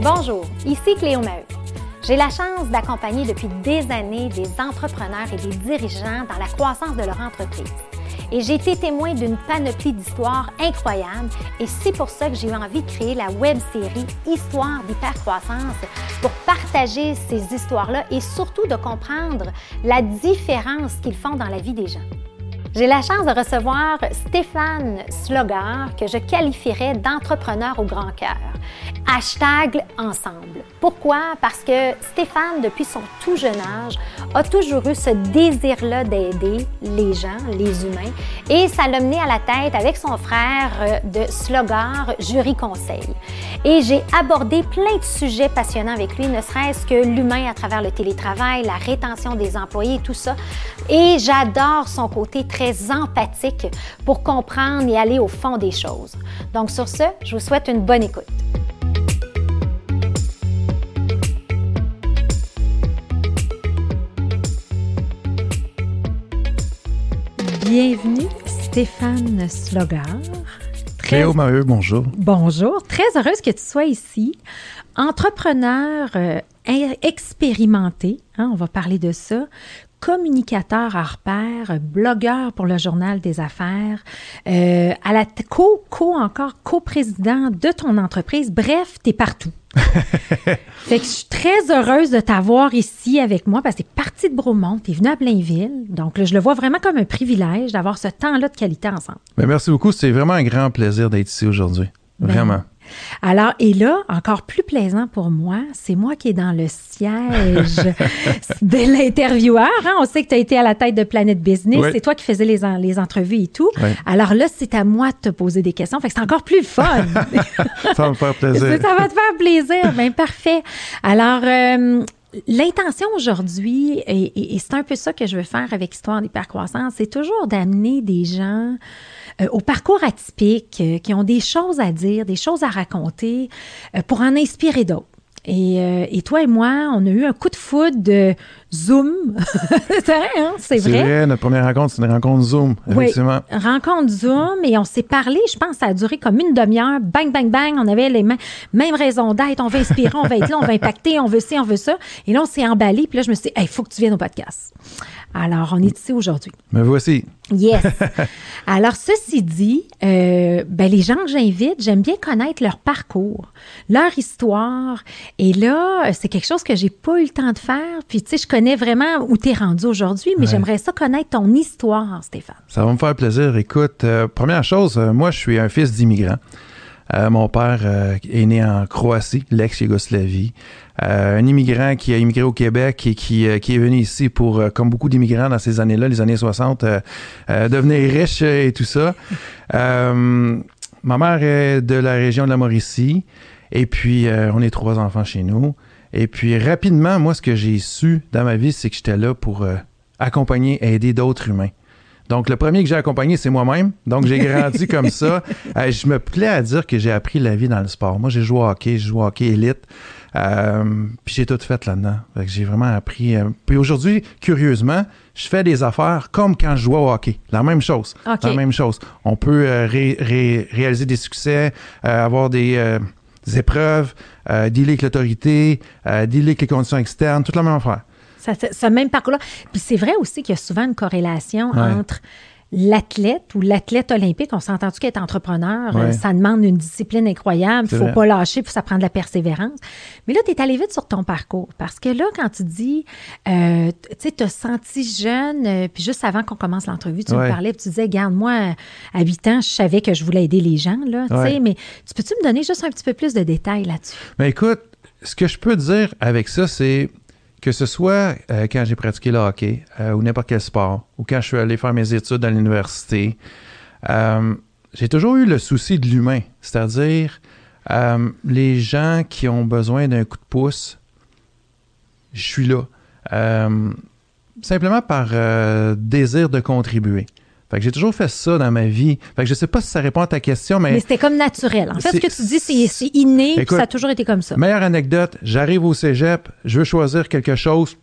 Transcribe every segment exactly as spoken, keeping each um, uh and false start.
Bonjour, ici Cléo Maheu. J'ai la chance d'accompagner depuis des années des entrepreneurs et des dirigeants dans la croissance de leur entreprise. Et j'ai été témoin d'une panoplie d'histoires incroyables et c'est pour ça que j'ai eu envie de créer la web-série Histoire d'hypercroissance pour partager ces histoires-là et surtout de comprendre la différence qu'ils font dans la vie des gens. J'ai la chance de recevoir Stéphane Slogard, que je qualifierais d'entrepreneur au grand cœur. Hashtag ensemble. Pourquoi? Parce que Stéphane, depuis son tout jeune âge, a toujours eu ce désir-là d'aider les gens, les humains, et ça l'a mené à la tête avec son frère de Slogard Jury Conseil. Et j'ai abordé plein de sujets passionnants avec lui, ne serait-ce que l'humain à travers le télétravail, la rétention des employés, tout ça. Et j'adore son côté très empathique pour comprendre et aller au fond des choses. Donc sur ce, je vous souhaite une bonne écoute. Bienvenue, Stéphane Slogard. Très... Cléo Maheu, bonjour. Bonjour, très heureuse que tu sois ici. Entrepreneur euh, expérimenté, hein, on va parler de ça, communicateur hors pair, blogueur pour le Journal des affaires, euh, à la t- co, co encore, coprésident de ton entreprise. Bref, t'es partout. Fait que je suis très heureuse de t'avoir ici avec moi parce que t'es parti de Bromont, t'es venu à Blainville. Donc là, je le vois vraiment comme un privilège d'avoir ce temps-là de qualité ensemble. Bien, merci beaucoup. C'est vraiment un grand plaisir d'être ici aujourd'hui. Vraiment. Ben, alors, et là, encore plus plaisant pour moi, c'est moi qui est dans le siège de l'intervieweur. Hein? On sait que tu as été à la tête de Planet Business. Oui. C'est toi qui faisais les, en, les entrevues et tout. Oui. Alors là, c'est à moi de te poser des questions. Fait que c'est encore plus fun. Ça va me faire plaisir. Ça, ça va te faire plaisir. Bien, parfait. Alors... Euh, L'intention aujourd'hui, et, et, et c'est un peu ça que je veux faire avec Histoire d'hypercroissance, c'est toujours d'amener des gens euh, au parcours atypique, euh, qui ont des choses à dire, des choses à raconter, euh, pour en inspirer d'autres. Et, euh, et toi et moi, on a eu un coup de foudre de Zoom. C'est vrai, hein? C'est, c'est vrai. C'est vrai, notre première rencontre, c'est une rencontre Zoom, effectivement. Oui, rencontre Zoom, et on s'est parlé, je pense, ça a duré comme une demi-heure, bang, bang, bang, on avait les mêmes, mêmes raisons d'être, on veut inspirer, on va être là, on va impacter, on veut ci, on veut ça. Et là, on s'est emballé, puis là, je me suis dit, il hey, faut que tu viennes au podcast. Alors, on est ici aujourd'hui. Me voici. Yes. Alors, ceci dit, euh, ben, les gens que j'invite, j'aime bien connaître leur parcours, leur histoire. Et là, c'est quelque chose que j'ai pas eu le temps de faire. Puis, tu sais, je connais vraiment où tu es rendu aujourd'hui, mais ouais. J'aimerais ça connaître ton histoire, Stéphane. Ça va me faire plaisir. Écoute, euh, première chose, euh, moi, je suis un fils d'immigrant. Euh, mon père euh, est né en Croatie, l'ex-Yougoslavie. Euh, un immigrant qui a immigré au Québec et qui, euh, qui est venu ici pour, euh, comme beaucoup d'immigrants dans ces années-là, les années soixante, euh, euh, devenir riche et tout ça. Euh, ma mère est de la région de la Mauricie et puis euh, on est trois enfants chez nous. Et puis rapidement, moi, ce que j'ai su dans ma vie, c'est que j'étais là pour euh, accompagner, aider d'autres humains. Donc, le premier que j'ai accompagné, c'est moi-même. Donc, j'ai grandi comme ça. Euh, je me plais à dire que j'ai appris la vie dans le sport. Moi, j'ai joué au hockey, j'ai joué au hockey élite. Euh, puis j'ai tout fait là-dedans. Fait que j'ai vraiment appris. Euh, puis aujourd'hui, curieusement, je fais des affaires comme quand je jouais au hockey. La même chose. Okay. La même chose. On peut euh, ré- ré- réaliser des succès, euh, avoir des, euh, des épreuves, euh, dealer avec l'autorité, euh, dealer avec les conditions externes, toute la même affaire. Ça, ce même parcours-là. Puis c'est vrai aussi qu'il y a souvent une corrélation ouais. entre l'athlète ou l'athlète olympique. On s'est entendu qu'être entrepreneur, ouais. ça demande une discipline incroyable. Il ne faut vrai. Pas lâcher, puis ça prend de la persévérance. Mais là, tu es allé vite sur ton parcours. Parce que là, quand tu dis, euh, tu sais, tu as senti jeune, euh, puis juste avant qu'on commence l'entrevue, tu ouais. me parlais, puis tu disais, regarde, moi, à huit ans, je savais que je voulais aider les gens, là, tu sais. Ouais. Mais tu peux-tu me donner juste un petit peu plus de détails là-dessus? Mais écoute, ce que je peux dire avec ça, c'est que ce soit euh, quand j'ai pratiqué le hockey euh, ou n'importe quel sport, ou quand je suis allé faire mes études à l'université, euh, j'ai toujours eu le souci de l'humain. C'est-à-dire, euh, les gens qui ont besoin d'un coup de pouce, je suis là. Euh, simplement par euh, désir de contribuer. Fait que j'ai toujours fait ça dans ma vie. Fait que je sais pas si ça répond à ta question, mais... Mais c'était comme naturel. En fait, ce que tu dis, c'est, c'est inné, écoute, ça a toujours été comme ça. Meilleure anecdote, j'arrive au cégep, je veux choisir quelque chose,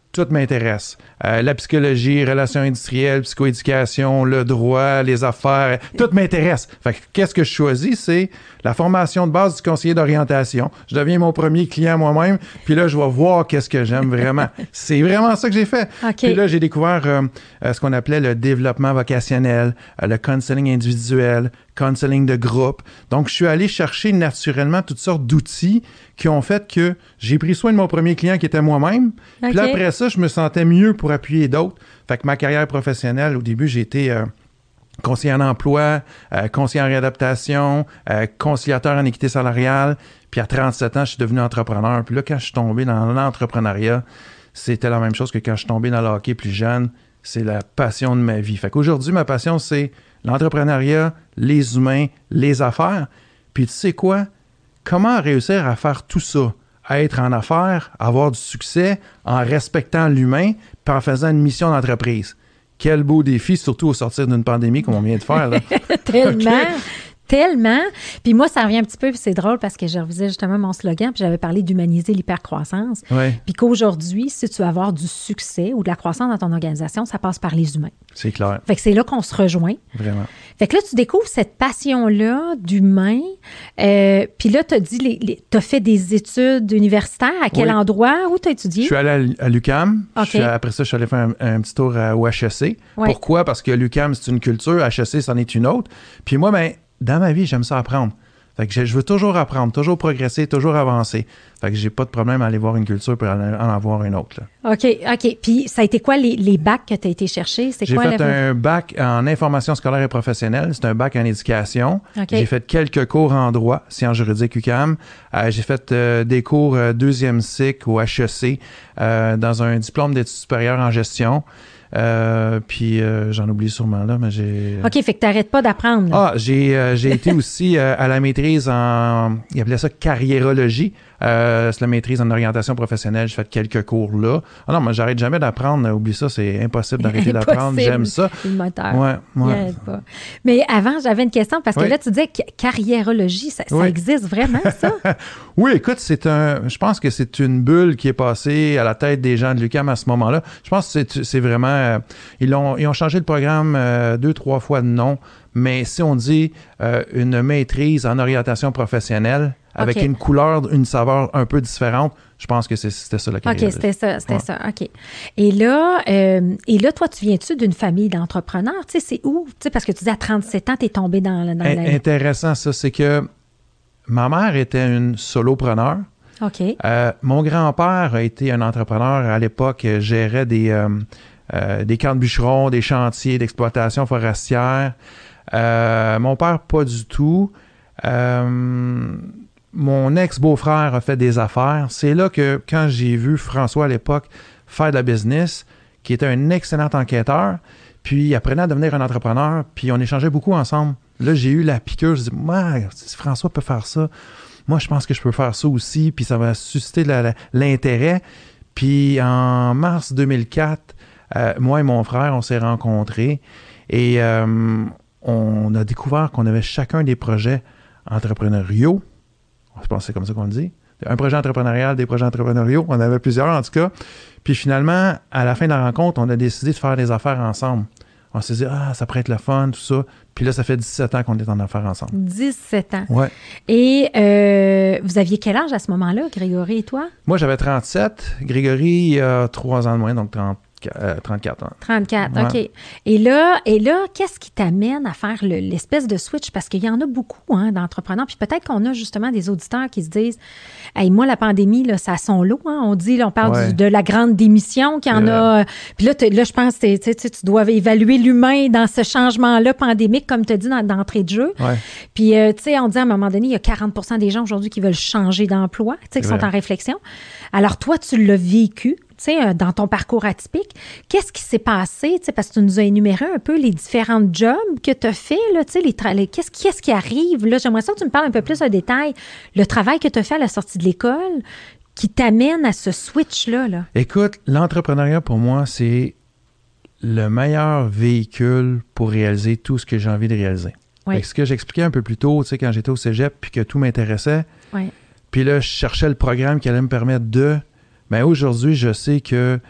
tout m'intéresse. Euh, la psychologie, relations industrielles, psychoéducation, le droit, les affaires, tout m'intéresse. Fait que qu'est-ce que je choisis? C'est la formation de base du conseiller d'orientation. Je deviens mon premier client moi-même, puis là, je vais voir qu'est-ce que j'aime vraiment. C'est vraiment ça que j'ai fait. Okay. Puis là, j'ai découvert euh, euh, ce qu'on appelait le développement vocationnel, euh, le counseling individuel, counseling de groupe. Donc, je suis allé chercher naturellement toutes sortes d'outils qui ont fait que j'ai pris soin de mon premier client qui était moi-même. Okay. Puis là, après ça, je me sentais mieux pour appuyer d'autres. Fait que ma carrière professionnelle, au début, j'ai été euh, conseiller en emploi, euh, conseiller en réadaptation, euh, conciliateur en équité salariale. Puis à trente-sept ans, je suis devenu entrepreneur. Puis là, quand je suis tombé dans l'entrepreneuriat, c'était la même chose que quand je suis tombé dans le hockey plus jeune. C'est la passion de ma vie. Fait qu'aujourd'hui, ma passion, c'est l'entrepreneuriat, les humains, les affaires. Puis tu sais quoi? Comment réussir à faire tout ça? À être en affaires, avoir du succès, en respectant l'humain, puis en faisant une mission d'entreprise. Quel beau défi, surtout au sortir d'une pandémie comme on vient de faire. Là. Tellement! Okay. Tellement. Puis moi, ça revient un petit peu, puis c'est drôle parce que je revisais justement mon slogan, puis j'avais parlé d'humaniser l'hypercroissance. Ouais. Puis qu'aujourd'hui, si tu veux avoir du succès ou de la croissance dans ton organisation, ça passe par les humains. C'est clair. Fait que c'est là qu'on se rejoint. Vraiment. Fait que là, tu découvres cette passion-là d'humain. Euh, puis là, tu as dit, les, les, tu as fait des études universitaires. À quel oui. endroit? Où tu as étudié? Je suis allé à, à l'U Q A M. Okay. Je suis, après ça, je suis allé faire un, un petit tour à, au H E C. Ouais. Pourquoi? Parce que l'U Q A M, c'est une culture. H E C, c'en est une autre. Puis moi, ben dans ma vie, j'aime ça apprendre. Fait que je, je veux toujours apprendre, toujours progresser, toujours avancer. Fait que j'ai pas de problème à aller voir une culture pour en, en avoir une autre. Là. OK, OK. Puis ça a été quoi les, les bacs que tu as été chercher? C'est j'ai quoi fait la... un bac en information scolaire et professionnelle. C'est un bac en éducation. Okay. J'ai fait quelques cours en droit, sciences juridiques U Q A M. Euh, j'ai fait euh, des cours euh, deuxième cycle au H E C euh, dans un diplôme d'études supérieures en gestion. Euh, puis euh, j'en oublie sûrement là, mais j'ai... OK, fait que t'arrêtes pas d'apprendre. Ah, j'ai, euh, j'ai été aussi euh, à la maîtrise en... Ils appelaient ça carriérologie. Euh, c'est la maîtrise en orientation professionnelle. J'ai fait quelques cours là. Ah non, mais j'arrête jamais d'apprendre. Oublie ça, c'est impossible d'arrêter Impossible. d'apprendre. J'aime ça. Le moteur. Ouais, ouais. Il arrête pas. Mais avant, j'avais une question parce que oui. là, tu disais que carriérologie, ça, oui. ça existe vraiment, ça? Oui, écoute, c'est un... Je pense que c'est une bulle qui est passée à la tête des gens de l'U Q A M à ce moment-là. Je pense que c'est, c'est vraiment... Euh, ils, ont, ils ont changé le programme euh, deux, trois fois de nom. Mais si on dit euh, une maîtrise en orientation professionnelle avec okay. une couleur, une saveur un peu différente, je pense que c'est, c'était ça la carrière. OK, c'était ça, c'était ouais. ça, OK. Et là, euh, et là, toi, tu viens-tu d'une famille d'entrepreneurs? Tu sais, c'est où? Tu sais, parce que tu dis à trente-sept ans, tu es tombé dans, dans In- la... Intéressant, ça, c'est que ma mère était une solopreneur. OK. Euh, mon grand-père a été un entrepreneur à l'époque, gérait des, euh, euh, des camps de bûcherons, des chantiers d'exploitation forestière. Euh, mon père, pas du tout. Euh, mon ex-beau-frère a fait des affaires. C'est là que, quand j'ai vu François à l'époque faire de la business, qui était un excellent enquêteur, puis il apprenait à devenir un entrepreneur, puis on échangeait beaucoup ensemble. Là, j'ai eu la piqûre. Je dis, moi, si François peut faire ça, moi, je pense que je peux faire ça aussi, puis ça va susciter la, la, l'intérêt. Puis en mars deux mille quatre, euh, moi et mon frère, on s'est rencontrés et euh, on a découvert qu'on avait chacun des projets entrepreneuriaux. Je pense que c'est comme ça qu'on le dit. Un projet entrepreneurial, des projets entrepreneuriaux. On avait plusieurs, en tout cas. Puis finalement, à la fin de la rencontre, on a décidé de faire des affaires ensemble. On s'est dit, ah, ça pourrait être le fun, tout ça. Puis là, ça fait dix-sept ans qu'on est en affaires ensemble. dix-sept ans. Ouais. Et euh, vous aviez quel âge à ce moment-là, Grégory et toi? Moi, j'avais trente-sept. Grégory, il a trois ans de moins, donc trente, euh, trente-quatre ans. trente-quatre, ouais. OK. Et là, et là, qu'est-ce qui t'amène à faire le, l'espèce de switch? Parce qu'il y en a beaucoup hein, d'entrepreneurs. Puis peut-être qu'on a justement des auditeurs qui se disent, hey, moi, la pandémie, là, ça son lot. Hein? On dit, là, on parle ouais. du, de la grande démission qu'il y en euh... a. Puis là, là, je pense que tu dois évaluer l'humain dans ce changement-là pandémique, comme tu as dit dans, d'entrée de jeu. Ouais. Puis, euh, tu sais, on dit à un moment donné, il y a quarante pour cent des gens aujourd'hui qui veulent changer d'emploi, tu sais, qui sont en réflexion. Alors, toi, tu l'as vécu. Tu sais, dans ton parcours atypique, qu'est-ce qui s'est passé? Tu sais, parce que tu nous as énuméré un peu les différents jobs que tu as fait, là, tu sais, les tra- les, qu'est-ce, qu'est-ce qui arrive? Là, j'aimerais ça que tu me parles un peu plus en détail. Le travail que tu as fait à la sortie de l'école qui t'amène à ce switch-là. Là. Écoute, l'entrepreneuriat, pour moi, c'est le meilleur véhicule pour réaliser tout ce que j'ai envie de réaliser. Oui. Fait que ce que j'expliquais un peu plus tôt, tu sais, quand j'étais au cégep, puis que tout m'intéressait, oui. puis là, je cherchais le programme qui allait me permettre de... Bien, aujourd'hui, je sais que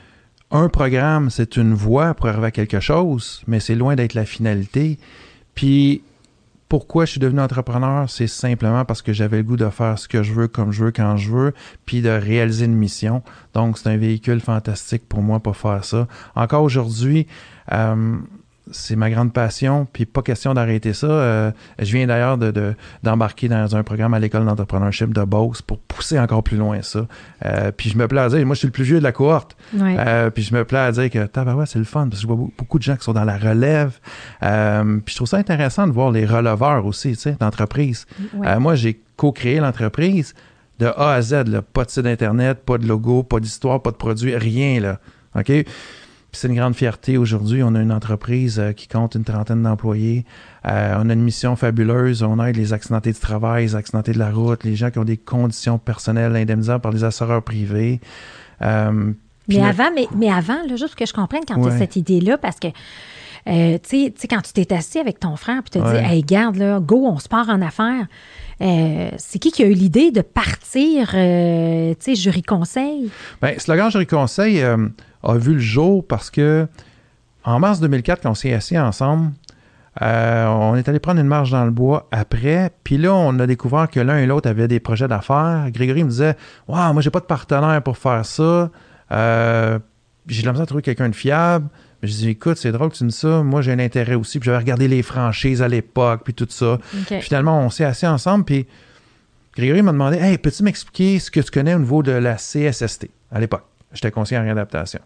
un programme, c'est une voie pour arriver à quelque chose, mais c'est loin d'être la finalité. Puis, pourquoi je suis devenu entrepreneur? C'est simplement parce que j'avais le goût de faire ce que je veux, comme je veux, quand je veux, puis de réaliser une mission. Donc, c'est un véhicule fantastique pour moi pour faire ça. Encore aujourd'hui, euh, c'est ma grande passion, puis pas question d'arrêter ça. Euh, je viens d'ailleurs de, de, d'embarquer dans un programme à l'école d'entrepreneurship de Beauce pour pousser encore plus loin ça. Euh, puis je me plais à dire, moi je suis le plus vieux de la cohorte, ouais. euh, puis je me plais à dire que tabarouette, c'est le fun, parce que je vois beaucoup de gens qui sont dans la relève. Euh, puis je trouve ça intéressant de voir les releveurs aussi, tu sais, d'entreprise. Ouais. Euh, moi, j'ai co-créé l'entreprise de A à Z, là, pas de site Internet, pas de logo, pas d'histoire, pas de produit, rien, là. OK? Puis c'est une grande fierté aujourd'hui. On a une entreprise euh, qui compte une trentaine d'employés. Euh, on a une mission fabuleuse. On aide les accidentés du travail, les accidentés de la route, les gens qui ont des conditions personnelles indemnisables par les assureurs privés. Euh, mais, avant, mais, mais avant, là, juste pour que je comprenne quand ouais. tu as cette idée-là, parce que euh, tu sais, quand tu t'es assis avec ton frère et tu t'as ouais. dit « Hey, garde, là, go, on se part en affaires », Euh, c'est qui qui a eu l'idée de partir, euh, tu sais, Jury Conseil? Bien, Slogan Jury Conseil euh, a vu le jour parce que en mars deux mille quatre, quand on s'est assis ensemble, euh, on est allé prendre une marche dans le bois après, puis là, on a découvert que l'un et l'autre avaient des projets d'affaires. Grégory me disait « Wow, moi, j'ai pas de partenaire pour faire ça. Euh, j'ai de la misère à trouver quelqu'un de fiable. » Je dis, écoute, c'est drôle que tu me dis ça. Moi, j'ai un intérêt aussi. Puis j'avais regardé les franchises à l'époque, puis tout ça. Okay. Puis finalement, on s'est assis ensemble. Puis Grégory m'a demandé, hey, peux-tu m'expliquer ce que tu connais au niveau de la C S S T à l'époque? J'étais conseiller en réadaptation.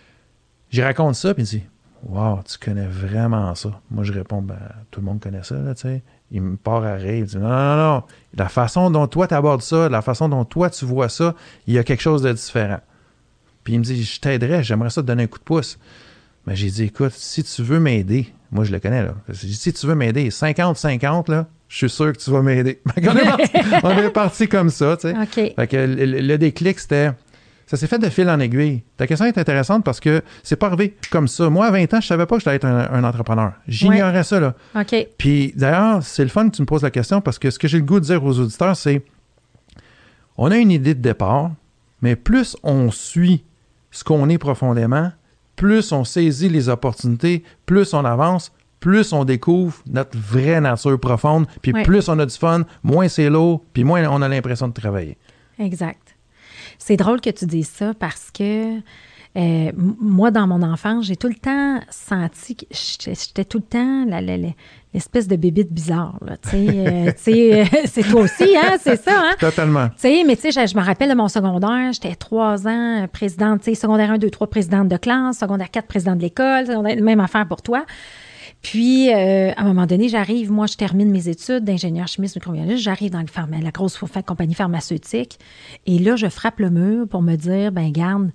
J'y raconte ça, puis il dit, wow, tu connais vraiment ça. Moi, je réponds, ben, tout le monde connaît ça, là, tu sais. Il me part à rire. Il dit, non, non, non. La façon dont toi, tu abordes ça, la façon dont toi, tu vois ça, il y a quelque chose de différent. Puis il me dit, je t'aiderais, j'aimerais ça te donner un coup de pouce. Mais j'ai dit, écoute, si tu veux m'aider, moi je le connais là, dit, si tu veux m'aider, cinquante cinquante, là, je suis sûr que tu vas m'aider. on, est parti, on est parti comme ça, tu sais. Okay. Fait que le, le déclic, c'était, ça s'est fait de fil en aiguille. Ta question est intéressante parce que c'est pas arrivé comme ça. Moi, à vingt ans, je savais pas que j'allais être un, un entrepreneur. J'ignorais ouais. ça, là. Okay. Puis d'ailleurs, c'est le fun que tu me poses la question parce que ce que j'ai le goût de dire aux auditeurs, c'est, on a une idée de départ, mais plus on suit ce qu'on est profondément, plus on saisit les opportunités, plus on avance, plus on découvre notre vraie nature profonde, puis oui. plus on a du fun, moins c'est lourd, puis moins on a l'impression de travailler. Exact. C'est drôle que tu dises ça parce que euh, moi, dans mon enfance, j'ai tout le temps senti que j'étais tout le temps la, la, la, l'espèce de bébite bizarre. Tu sais, euh, c'est toi aussi, hein? C'est ça, hein? Totalement. Tu sais, mais tu sais, je, je me rappelle de mon secondaire, j'étais trois ans présidente, tu sais, secondaire un, deux, trois, présidente de classe, secondaire quatre, présidente de l'école, même affaire pour toi. Puis, euh, à un moment donné, j'arrive, moi, je termine mes études d'ingénieur chimiste microbiologiste, j'arrive dans le pharma, la grosse compagnie pharmaceutique, et là, je frappe le mur pour me dire, ben garde,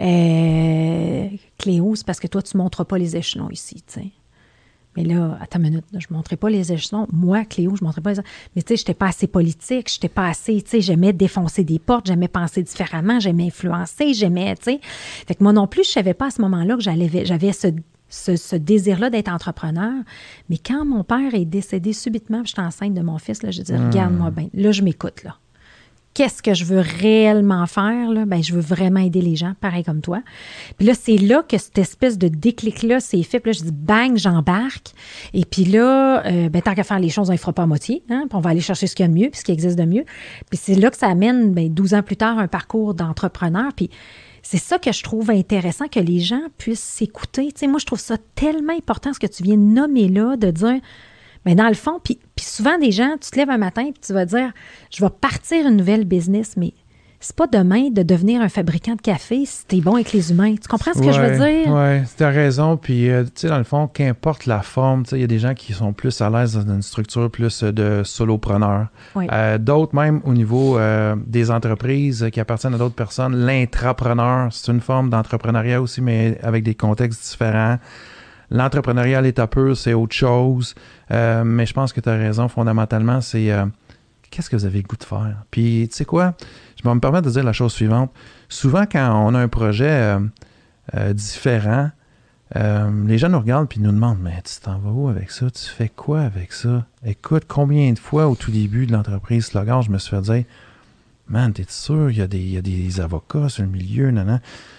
euh, Cléo, c'est parce que toi, tu ne montres pas les échelons ici, tu sais. Mais là, attends une minute, là, je ne montrais pas les échelons. Moi, Cléo, je ne montrais pas les échelons. Mais tu sais, je n'étais pas assez politique, je n'étais pas assez, tu sais, j'aimais défoncer des portes, j'aimais penser différemment, j'aimais influencer, j'aimais, tu sais. Fait que moi non plus, je ne savais pas à ce moment-là que j'allais, j'avais ce... Ce, ce désir-là d'être entrepreneur. Mais quand mon père est décédé subitement, j'étais enceinte de mon fils, là, je dis, mmh. regarde-moi bien, là, je m'écoute, là. Qu'est-ce que je veux réellement faire, là? Ben, je veux vraiment aider les gens, pareil comme toi. Puis là, c'est là que cette espèce de déclic-là s'est fait. Puis là, je dis, bang, j'embarque. Et puis là, euh, ben, tant qu'à faire les choses, on ne les fera pas à moitié. Hein? Puis on va aller chercher ce qu'il y a de mieux, puis ce qui existe de mieux. Puis c'est là que ça amène, ben, douze ans plus tard, un parcours d'entrepreneur. Puis c'est ça que je trouve intéressant, que les gens puissent s'écouter. Tu sais, moi, je trouve ça tellement important, ce que tu viens de nommer là, de dire, bien, dans le fond, puis, puis souvent, des gens, tu te lèves un matin et tu vas dire, je vais partir une nouvelle business, mais c'est pas demain de devenir un fabricant de café si t'es bon avec les humains. Tu comprends ce que ouais, je veux dire? Oui, tu as raison. Puis, euh, tu sais, dans le fond, qu'importe la forme, tu sais, il y a des gens qui sont plus à l'aise dans une structure plus de solopreneurs. Oui. Euh, d'autres, même au niveau euh, des entreprises qui appartiennent à d'autres personnes, l'intrapreneur, c'est une forme d'entrepreneuriat aussi, mais avec des contextes différents. L'entrepreneuriat à l'état pur, c'est autre chose. Euh, mais je pense que tu as raison, fondamentalement, c'est euh, qu'est-ce que vous avez le goût de faire? Puis, tu sais quoi? Je vais me permettre de dire la chose suivante. Souvent, quand on a un projet euh, euh, différent, euh, les gens nous regardent et nous demandent, mais tu t'en vas où avec ça? Tu fais quoi avec ça? Écoute, combien de fois au tout début de l'entreprise Slogan, je me suis fait dire, man, t'es sûr, il y a des, il y a des avocats sur le milieu, non, non.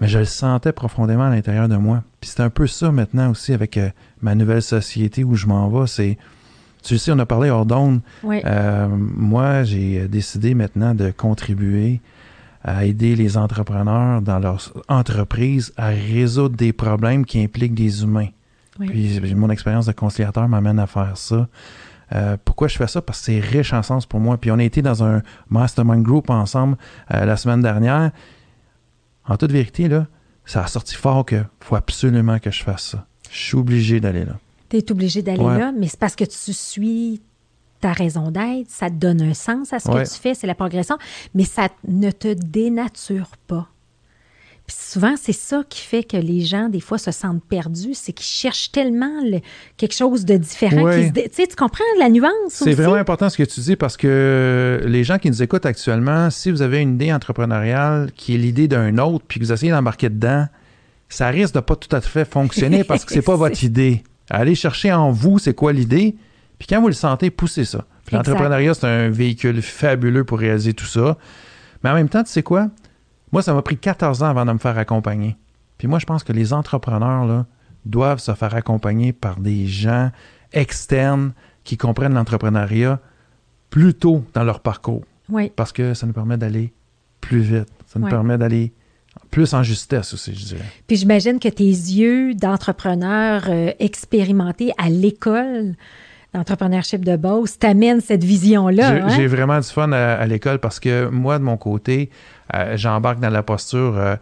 mais je le sentais profondément à l'intérieur de moi. Puis c'est un peu ça maintenant aussi avec euh, ma nouvelle société où je m'en vais. C'est, tu le sais, on a parlé hors d'onde. Oui. Euh, moi, j'ai décidé maintenant de contribuer à aider les entrepreneurs dans leur entreprise à résoudre des problèmes qui impliquent des humains. Oui. Puis mon expérience de conciliateur m'amène à faire ça. Euh, pourquoi je fais ça? Parce que c'est riche en sens pour moi. Puis on a été dans un mastermind group ensemble euh, la semaine dernière. En toute vérité, là, ça a sorti fort qu'il faut absolument que je fasse ça. Je suis obligé d'aller là. Tu es obligé d'aller ouais. là, mais c'est parce que tu suis ta raison d'être, ça te donne un sens à ce ouais. que tu fais, c'est la progression, mais ça ne te dénature pas. Puis souvent, c'est ça qui fait que les gens, des fois, se sentent perdus, c'est qu'ils cherchent tellement le, quelque chose de différent. Ouais. Dé... Tu sais, tu comprends la nuance c'est aussi? C'est vraiment important ce que tu dis parce que les gens qui nous écoutent actuellement, si vous avez une idée entrepreneuriale qui est l'idée d'un autre puis que vous essayez d'embarquer dedans, ça risque de pas tout à fait fonctionner parce que c'est pas votre idée. Allez chercher en vous c'est quoi l'idée, puis quand vous le sentez, poussez ça. Puis l'entrepreneuriat, c'est un véhicule fabuleux pour réaliser tout ça. Mais en même temps, tu sais quoi? Moi, ça m'a pris quatorze ans avant de me faire accompagner. Puis moi, je pense que les entrepreneurs là, doivent se faire accompagner par des gens externes qui comprennent l'entrepreneuriat plus tôt dans leur parcours. Oui. Parce que ça nous permet d'aller plus vite. Ça nous oui. permet d'aller plus en justesse aussi, je dirais. Puis j'imagine que tes yeux d'entrepreneur euh, expérimenté à l'école d'entrepreneurship de Beauce t'amènent cette vision-là. J'ai, hein? j'ai vraiment du fun à, à l'école parce que moi, de mon côté, euh, j'embarque dans la posture euh,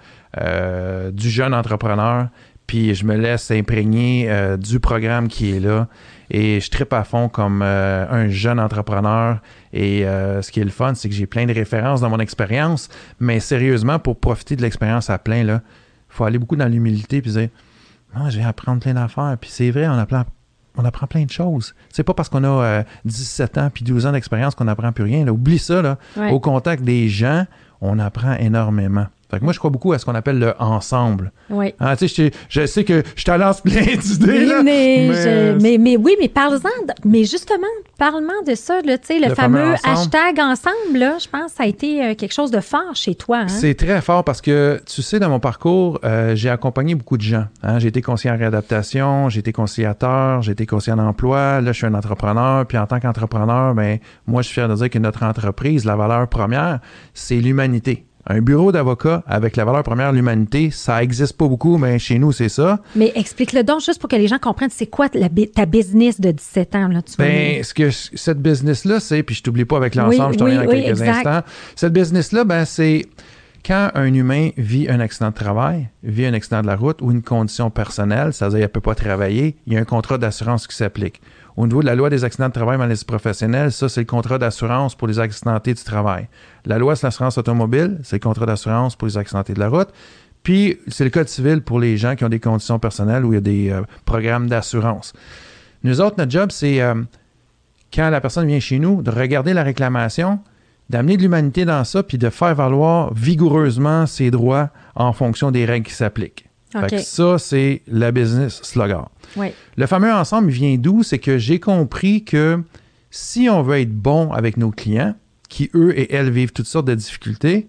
euh, du jeune entrepreneur, puis je me laisse imprégner euh, du programme qui est là et je trippe à fond comme euh, un jeune entrepreneur. Et euh, ce qui est le fun, c'est que j'ai plein de références dans mon expérience, mais sérieusement, pour profiter de l'expérience à plein, il faut aller beaucoup dans l'humilité puis dire « je vais apprendre plein d'affaires ». Puis c'est vrai, on apprend On apprend plein de choses. C'est pas parce qu'on a euh, dix-sept ans puis douze ans d'expérience qu'on n'apprend plus rien. Là. Oublie ça. Là. Ouais. Au contact des gens, on apprend énormément. Fait que moi, je crois beaucoup à ce qu'on appelle le ensemble. Oui. Ah, tu sais, je, je sais que je te lance plein d'idées. Oui, là, mais, mais... Je, mais, mais oui, mais parle-en. De, mais justement, parle-moi de ça. Là, le, le fameux hashtag ensemble, là, je pense que ça a été euh, quelque chose de fort chez toi. Hein? C'est très fort parce que, tu sais, dans mon parcours, euh, j'ai accompagné beaucoup de gens. Hein? J'ai été conseiller en réadaptation, j'ai été conciliateur, j'ai été conseiller en emploi. Là, je suis un entrepreneur. Puis en tant qu'entrepreneur, ben, moi, je suis fier de dire que notre entreprise, la valeur première, c'est l'humanité. Un bureau d'avocat avec la valeur première, l'humanité, ça n'existe pas beaucoup, mais chez nous, c'est ça. Mais explique-le donc, juste pour que les gens comprennent, c'est quoi la, ta business de dix-sept ans? Là, tu ben, ce que cette business-là, c'est, puis je t'oublie pas avec l'ensemble, oui, je t'en reviens oui, dans oui, quelques exact. instants. Cette business-là, ben, c'est quand un humain vit un accident de travail, vit un accident de la route ou une condition personnelle, c'est-à-dire qu'il ne peut pas travailler, il y a un contrat d'assurance qui s'applique. Au niveau de la loi des accidents de travail maladies professionnelles, ça, c'est le contrat d'assurance pour les accidentés du travail. La loi sur l'assurance automobile, c'est le contrat d'assurance pour les accidentés de la route. Puis, c'est le code civil pour les gens qui ont des conditions personnelles où il y a des euh, programmes d'assurance. Nous autres, notre job, c'est, euh, quand la personne vient chez nous, de regarder la réclamation, d'amener de l'humanité dans ça, puis de faire valoir vigoureusement ses droits en fonction des règles qui s'appliquent. Okay. Fait que ça, c'est la business slogan. Oui. Le fameux ensemble vient d'où? C'est que j'ai compris que si on veut être bon avec nos clients, qui eux et elles vivent toutes sortes de difficultés,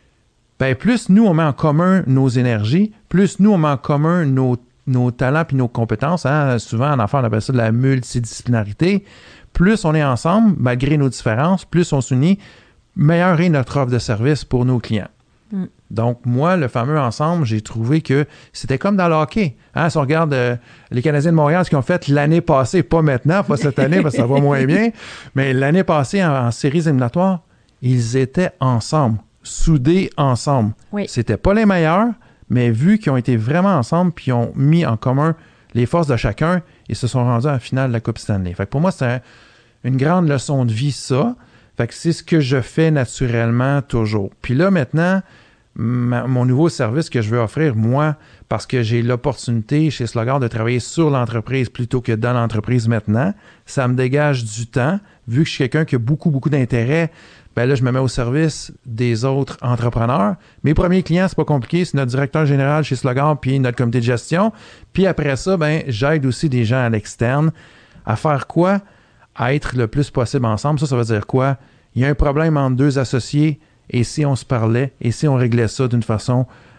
ben plus nous, on met en commun nos énergies, plus nous, on met en commun nos, nos talents puis nos compétences. Hein? Souvent, en affaires, on appelle ça de la multidisciplinarité. Plus on est ensemble, malgré nos différences, plus on s'unit, meilleure est notre offre de service pour nos clients. Mm. Donc, moi, le fameux ensemble, j'ai trouvé que c'était comme dans le hockey. Hein, si on regarde euh, les Canadiens de Montréal, ce qu'ils ont fait l'année passée, pas maintenant, pas cette année, parce que ça va moins bien, mais l'année passée, en, en séries éliminatoires, ils étaient ensemble, soudés ensemble. Oui. C'était pas les meilleurs, mais vu qu'ils ont été vraiment ensemble, puis ils ont mis en commun les forces de chacun, ils se sont rendus à la finale de la Coupe Stanley. Fait que pour moi, c'est un, une grande leçon de vie, ça. Fait que c'est ce que je fais naturellement toujours. Puis là, maintenant, ma, mon nouveau service que je veux offrir, moi, parce que j'ai l'opportunité chez Slogar de travailler sur l'entreprise plutôt que dans l'entreprise maintenant, ça me dégage du temps. Vu que je suis quelqu'un qui a beaucoup, beaucoup d'intérêt, ben là, je me mets au service des autres entrepreneurs. Mes premiers clients, c'est pas compliqué, c'est notre directeur général chez Slogar puis notre comité de gestion. Puis après ça, ben j'aide aussi des gens à l'externe à faire quoi? À être le plus possible ensemble. Ça, ça veut dire quoi? Il y a un problème entre deux associés et si on se parlait et si on réglait ça d'une façon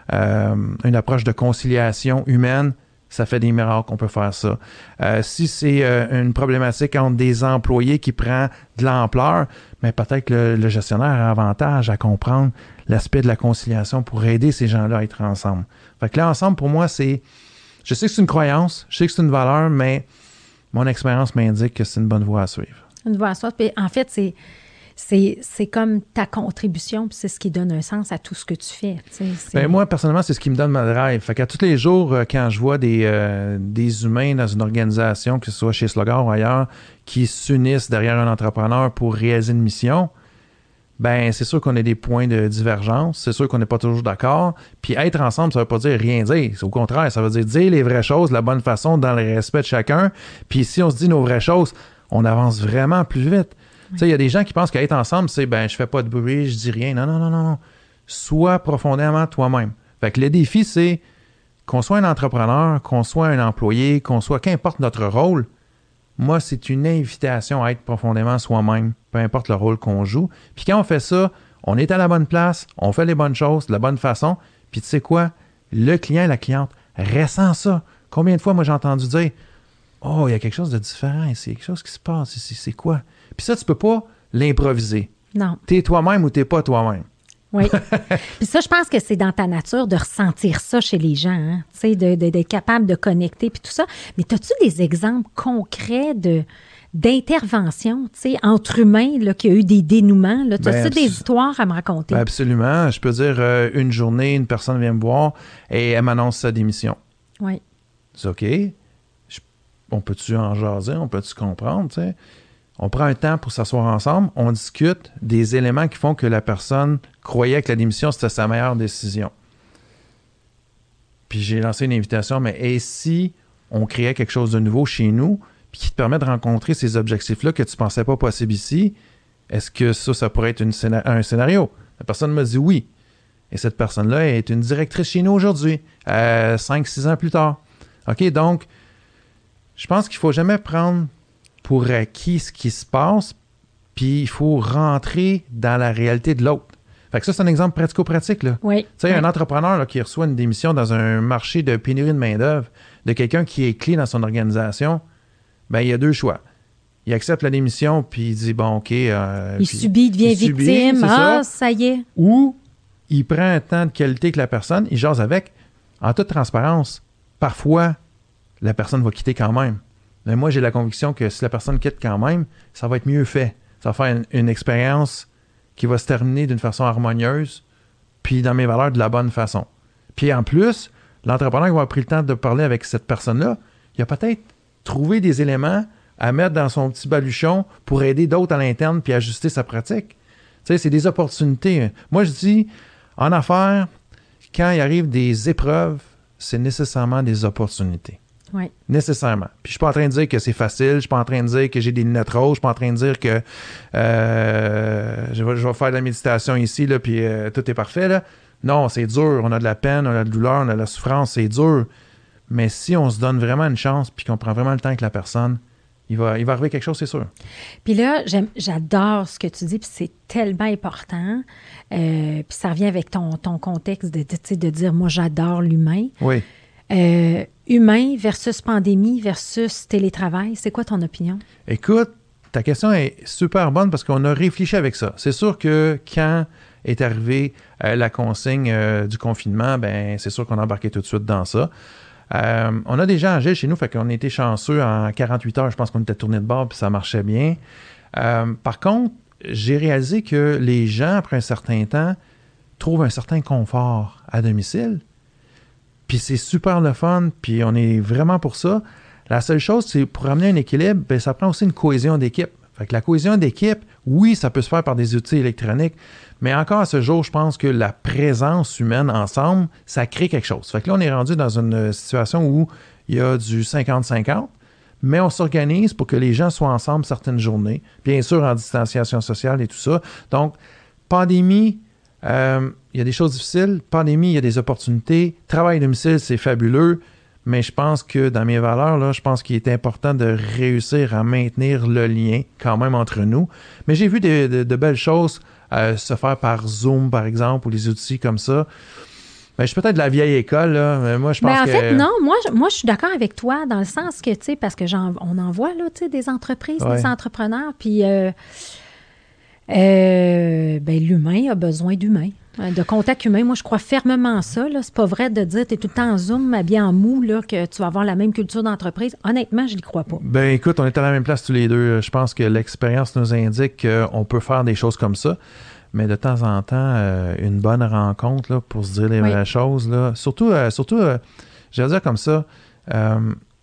euh, une approche de conciliation humaine, ça fait des miracles qu'on peut faire ça. Euh, si c'est euh, une problématique entre des employés qui prend de l'ampleur, mais peut-être que le, le gestionnaire a avantage à comprendre l'aspect de la conciliation pour aider ces gens-là à être ensemble. Fait que là, ensemble, pour moi, c'est... Je sais que c'est une croyance, je sais que c'est une valeur, mais mon expérience m'indique que c'est une bonne voie à suivre. Une voie à suivre. Puis en fait, c'est... C'est, c'est comme ta contribution, puis c'est ce qui donne un sens à tout ce que tu fais. C'est... Ben, moi, personnellement, c'est ce qui me donne ma drive. Fait qu'à tous les jours, quand je vois des, euh, des humains dans une organisation, que ce soit chez Slogar ou ailleurs, qui s'unissent derrière un entrepreneur pour réaliser une mission, ben c'est sûr qu'on a des points de divergence, c'est sûr qu'on n'est pas toujours d'accord. Puis être ensemble, ça ne veut pas dire rien dire. Au contraire, ça veut dire dire les vraies choses de la bonne façon, dans le respect de chacun. Puis si on se dit nos vraies choses, on avance vraiment plus vite. Tu sais, il y a des gens qui pensent qu'être ensemble, c'est ben je fais pas de bruit, je dis rien. Non, non, non, non, non. Sois profondément toi-même. Fait que le défi, c'est qu'on soit un entrepreneur, qu'on soit un employé, qu'on soit, qu'importe notre rôle, moi, c'est une invitation à être profondément soi-même, peu importe le rôle qu'on joue. Puis quand on fait ça, on est à la bonne place, on fait les bonnes choses de la bonne façon. Puis tu sais quoi? Le client et la cliente ressent ça. Combien de fois, moi, j'ai entendu dire « Oh, il y a quelque chose de différent ici, il y a quelque chose qui se passe ici, c'est quoi? » Puis ça, tu peux pas l'improviser. Non. T'es toi-même ou t'es pas toi-même. Oui. Puis ça, je pense que c'est dans ta nature de ressentir ça chez les gens, hein? Tu sais, de, de, d'être capable de connecter puis tout ça. Mais as-tu des exemples concrets de, d'intervention, tu sais, entre humains, là, qu'il y a eu des dénouements? Là? As-tu ben, des histoires à me raconter? Ben absolument. Je peux dire, euh, une journée, une personne vient me voir et elle m'annonce sa démission. Oui. C'est OK. Je, on peut-tu en jaser? On peut-tu comprendre, tu sais? On prend un temps pour s'asseoir ensemble, on discute des éléments qui font que la personne croyait que la démission, c'était sa meilleure décision. Puis j'ai lancé une invitation, mais et si on créait quelque chose de nouveau chez nous, puis qui te permet de rencontrer ces objectifs-là que tu ne pensais pas possible ici, est-ce que ça, ça pourrait être une scénar- un scénario? La personne m'a dit oui. Et cette personne-là est une directrice chez nous aujourd'hui, euh, cinq six ans plus tard. OK, donc, je pense qu'il ne faut jamais prendre pour acquis ce qui se passe, puis il faut rentrer dans la réalité de l'autre. Fait que ça, c'est un exemple pratico-pratique, là. Oui. Tu sais, oui. un entrepreneur là, qui reçoit une démission dans un marché de pénurie de main-d'œuvre de quelqu'un qui est clé dans son organisation, ben il y a deux choix. Il accepte la démission, puis il dit, bon, OK... Euh, il puis, subit, il devient il victime. Subit, ah, ça. ça y est. Ou il prend un temps de qualité que la personne, il jase avec, en toute transparence. Parfois, la personne va quitter quand même. Mais moi, j'ai la conviction que si la personne quitte quand même, ça va être mieux fait. Ça va faire une, une expérience qui va se terminer d'une façon harmonieuse, puis dans mes valeurs, de la bonne façon. Puis en plus, l'entrepreneur qui va avoir pris le temps de parler avec cette personne-là, il a peut-être trouvé des éléments à mettre dans son petit baluchon pour aider d'autres à l'interne puis ajuster sa pratique. Tu sais, c'est des opportunités. Moi, je dis, en affaires, quand il arrive des épreuves, c'est nécessairement des opportunités. Oui. Nécessairement. Puis je suis pas en train de dire que c'est facile, je suis pas en train de dire que j'ai des lunettes roses, je suis pas en train de dire que euh, je, vais, je vais faire de la méditation ici, là, puis euh, tout est parfait. Là. Non, c'est dur, on a de la peine, on a de la douleur, on a de la souffrance, c'est dur. Mais si on se donne vraiment une chance puis qu'on prend vraiment le temps avec la personne, il va, il va arriver quelque chose, c'est sûr. Puis là, j'aime, j'adore ce que tu dis, puis c'est tellement important. Euh, puis ça revient avec ton, ton contexte de, de, de dire, moi, j'adore l'humain. Oui. Euh, humain versus pandémie versus télétravail, c'est quoi ton opinion? Écoute, ta question est super bonne parce qu'on a réfléchi avec ça. C'est sûr que quand est arrivée euh, la consigne euh, du confinement, ben c'est sûr qu'on a embarqué tout de suite dans ça. Euh, on a des gens agiles chez nous, fait qu'on a été chanceux en quarante-huit heures, je pense qu'on était tourné de bord puis ça marchait bien. Euh, par contre, j'ai réalisé que les gens, après un certain temps, trouvent un certain confort à domicile. Puis c'est super le fun, puis on est vraiment pour ça. La seule chose, c'est pour amener un équilibre, bien, ça prend aussi une cohésion d'équipe. Fait que la cohésion d'équipe, oui, ça peut se faire par des outils électroniques, mais encore à ce jour, je pense que la présence humaine ensemble, ça crée quelque chose. Fait que là, on est rendu dans une situation où il y a du cinquante cinquante, mais on s'organise pour que les gens soient ensemble certaines journées, bien sûr en distanciation sociale et tout ça. Donc, pandémie, euh, il y a des choses difficiles. Pandémie, il y a des opportunités. Travail à domicile, c'est fabuleux. Mais je pense que dans mes valeurs, là, je pense qu'il est important de réussir à maintenir le lien quand même entre nous. Mais j'ai vu de, de, de belles choses euh, se faire par Zoom, par exemple, ou les outils comme ça. Ben, je suis peut-être de la vieille école, là, mais moi, je pense ben, en que... En fait, non, moi, je, moi, je suis d'accord avec toi dans le sens que, tu sais, parce que j'en, on en voit, là, tu sais, des entreprises, ouais. des entrepreneurs, puis euh, euh, ben, l'humain a besoin d'humain, de contact humain. Moi, je crois fermement à ça, là. C'est pas vrai de dire que tu es tout le temps en Zoom, habillé en mou, là, que tu vas avoir la même culture d'entreprise. Honnêtement, je n'y crois pas. Ben, écoute, on est à la même place tous les deux. Je pense que l'expérience nous indique qu'on peut faire des choses comme ça. Mais de temps en temps, euh, une bonne rencontre là, pour se dire les oui. vraies choses. Là. Surtout, euh, surtout euh, je vais dire comme ça, euh,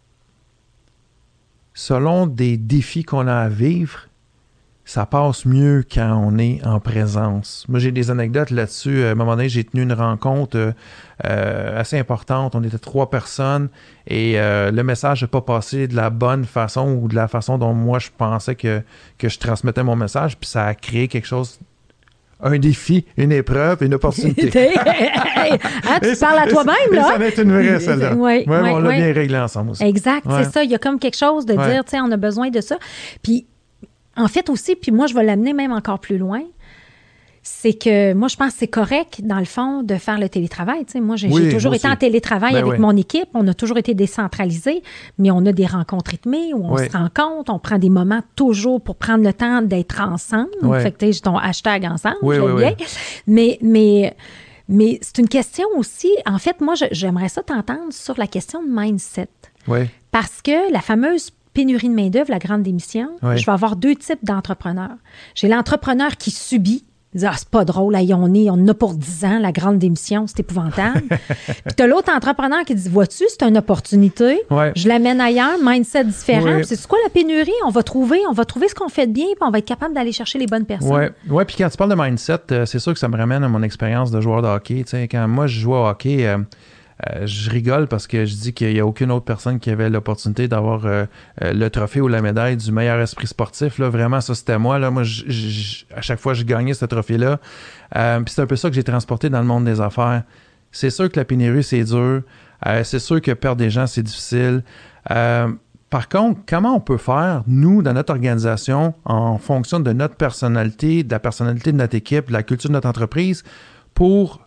selon des défis qu'on a à vivre, ça passe mieux quand on est en présence. Moi, j'ai des anecdotes là-dessus. À un moment donné, j'ai tenu une rencontre euh, euh, assez importante. On était trois personnes et euh, le message n'a pas passé de la bonne façon ou de la façon dont moi, je pensais que, que je transmettais mon message. Puis ça a créé quelque chose... Un défi, une épreuve, une opportunité. hein, tu et parles à toi-même, là. Ça va être une vraie, celle-là. Oui, ouais, oui, on l'a oui. bien réglé ensemble aussi. Exact, ouais. c'est ça. Il y a comme quelque chose de ouais. dire, tu sais, on a besoin de ça. Puis, en fait aussi, puis moi, je vais l'amener même encore plus loin, c'est que moi, je pense que c'est correct, dans le fond, de faire le télétravail. Tu sais, moi, j'ai, oui, j'ai toujours été en télétravail ben avec oui. mon équipe. On a toujours été décentralisés, mais on a des rencontres rythmées où on oui. se rencontre, on prend des moments toujours pour prendre le temps d'être ensemble. Oui. Fait que, tu sais, j'ai ton hashtag ensemble, oui, j'aime oui, bien. Oui. Mais, mais, mais c'est une question aussi... En fait, moi, je, j'aimerais ça t'entendre sur la question de mindset. Oui. Parce que la fameuse pénurie de main-d'œuvre, la grande démission, oui. je vais avoir deux types d'entrepreneurs. J'ai l'entrepreneur qui subit. Ils disent, ah, c'est pas drôle, là, on, est, on en a pour dix ans, la grande démission, c'est épouvantable. Puis t'as l'autre entrepreneur qui dit, vois-tu, c'est une opportunité, ouais. je l'amène ailleurs, mindset différent. Ouais. Puis c'est quoi la pénurie? On va trouver, on va trouver ce qu'on fait de bien, puis on va être capable d'aller chercher les bonnes personnes. Oui, ouais, puis quand tu parles de mindset, euh, c'est sûr que ça me ramène à mon expérience de joueur de hockey. T'sais, quand moi, je jouais au hockey... Euh, Euh, je rigole parce que je dis qu'il n'y a aucune autre personne qui avait l'opportunité d'avoir euh, euh, le trophée ou la médaille du meilleur esprit sportif. Là. Vraiment, ça, c'était moi. Là. Moi, j- j- à chaque fois, je gagnais ce trophée-là. Euh, puis c'est un peu ça que j'ai transporté dans le monde des affaires. C'est sûr que la pénurie, c'est dur. Euh, c'est sûr que perdre des gens, c'est difficile. Euh, par contre, comment on peut faire, nous, dans notre organisation, en fonction de notre personnalité, de la personnalité de notre équipe, de la culture de notre entreprise, pour...